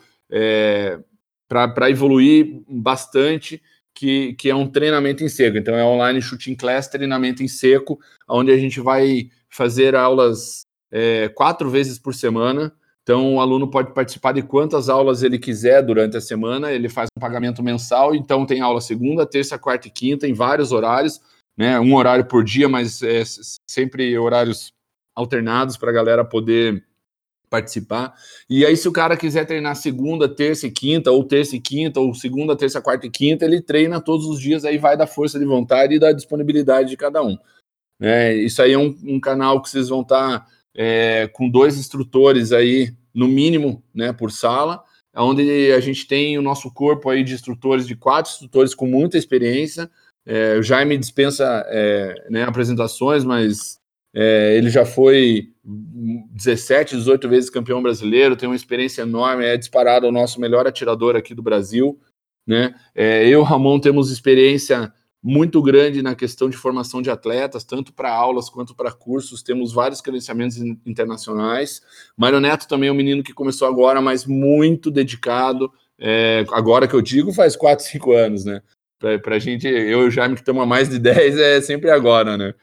é, para evoluir bastante, que, que é um treinamento em seco. Então, é Online Shooting Class, treinamento em seco, onde a gente vai fazer aulas é, quatro vezes por semana. Então, o aluno pode participar de quantas aulas ele quiser durante a semana, ele faz um pagamento mensal, então tem aula segunda, terça, quarta e quinta, em vários horários, né? Um horário por dia, mas é sempre horários alternados para a galera poder participar. E aí, se o cara quiser treinar segunda, terça e quinta, ou terça e quinta, ou segunda, terça, quarta e quinta, ele treina todos os dias, aí vai da força de vontade e da disponibilidade de cada um. É, isso aí é um, um canal que vocês vão estar... Tá, É, com dois instrutores aí, no mínimo, né, por sala, onde a gente tem o nosso corpo aí de instrutores, de quatro instrutores com muita experiência. É, o Jaime dispensa é, né, apresentações, mas é, ele já foi dezessete, dezoito vezes campeão brasileiro, tem uma experiência enorme, é disparado o nosso melhor atirador aqui do Brasil, né? É, eu e o Ramon temos experiência muito grande na questão de formação de atletas, tanto para aulas quanto para cursos. Temos vários credenciamentos internacionais. Mário Neto também é um menino que começou agora, mas muito dedicado. É, agora que eu digo, faz quatro, cinco anos, né? Para a gente, eu e o Jaime, que estamos há mais de dez, é sempre agora, né?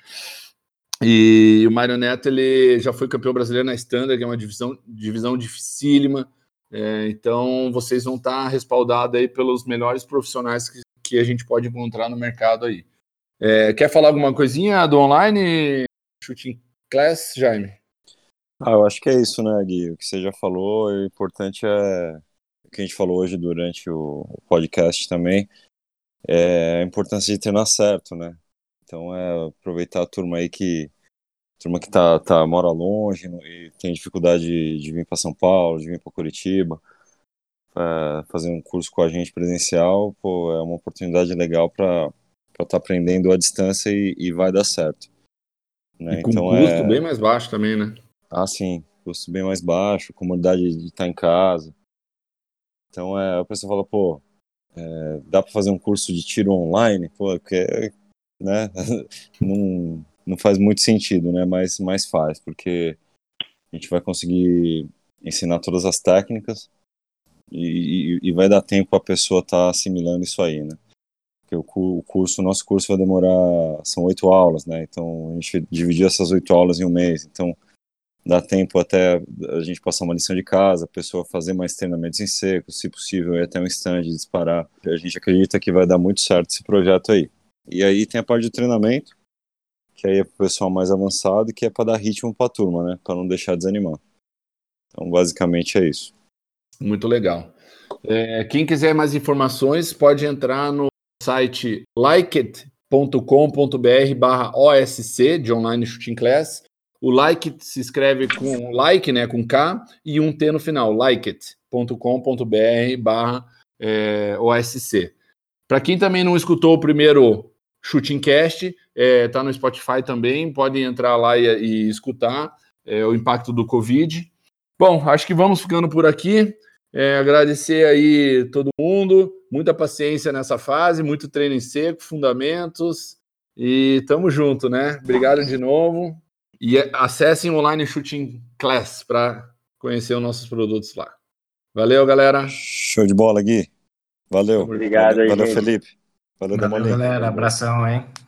E o Mário Neto, ele já foi campeão brasileiro na Standard, que é uma divisão, divisão dificílima. É, então, vocês vão estar respaldados aí pelos melhores profissionais que, que a gente pode encontrar no mercado aí. É, quer falar alguma coisinha do online, Shooting Class, Jaime? Ah, eu acho que é isso, né, Gui? O que você já falou, o importante é o que a gente falou hoje durante o podcast também, é a importância de treinar certo, né? Então é aproveitar a turma aí que turma que tá, tá mora longe e tem dificuldade de, de vir para São Paulo, de vir para Curitiba, é, fazer um curso com a gente presencial, pô, é uma oportunidade legal para estar tá aprendendo à distância e, e vai dar certo. Né? E com então custo é... bem mais baixo também, né? Ah, sim, custo bem mais baixo, comodidade de estar em casa. Então é, a pessoa fala, pô, é, dá para fazer um curso de tiro online? Pô, que, né? não, não faz muito sentido, né? Mas, mas faz, porque a gente vai conseguir ensinar todas as técnicas e, e, e vai dar tempo a pessoa estar tá assimilando isso aí, né? Porque o, o curso, o nosso curso vai demorar, são oito aulas, né? Então a gente dividiu essas oito aulas em um mês, então dá tempo até a gente passar uma lição de casa, a pessoa fazer mais treinamentos em seco, se possível, ir até um stand e disparar. A gente acredita que vai dar muito certo esse projeto aí. E aí tem a parte de treinamento, que aí é para o pessoal mais avançado, que é para dar ritmo para a turma, né? Para não deixar desanimar. Então, basicamente é isso. Muito legal. É, quem quiser mais informações, pode entrar no site likeit ponto com ponto br barra O S C, de Online Shooting Class. O like se escreve com like, né, com K, e um T no final, likeit ponto com ponto br barra O S C. Para quem também não escutou o primeiro Shooting Cast, é, tá no Spotify também, podem entrar lá e, e escutar é, o impacto do Covid. Bom, acho que vamos ficando por aqui. É, agradecer aí todo mundo, muita paciência nessa fase, muito treino em seco, fundamentos, e tamo junto, né? Obrigado de novo. E acessem o Online Shooting Class para conhecer os nossos produtos lá. Valeu, galera. Show de bola, Gui. Valeu. Obrigado Valeu, aí, valeu gente. Felipe. Valeu, Valeu, Demolim. galera. Abração, hein?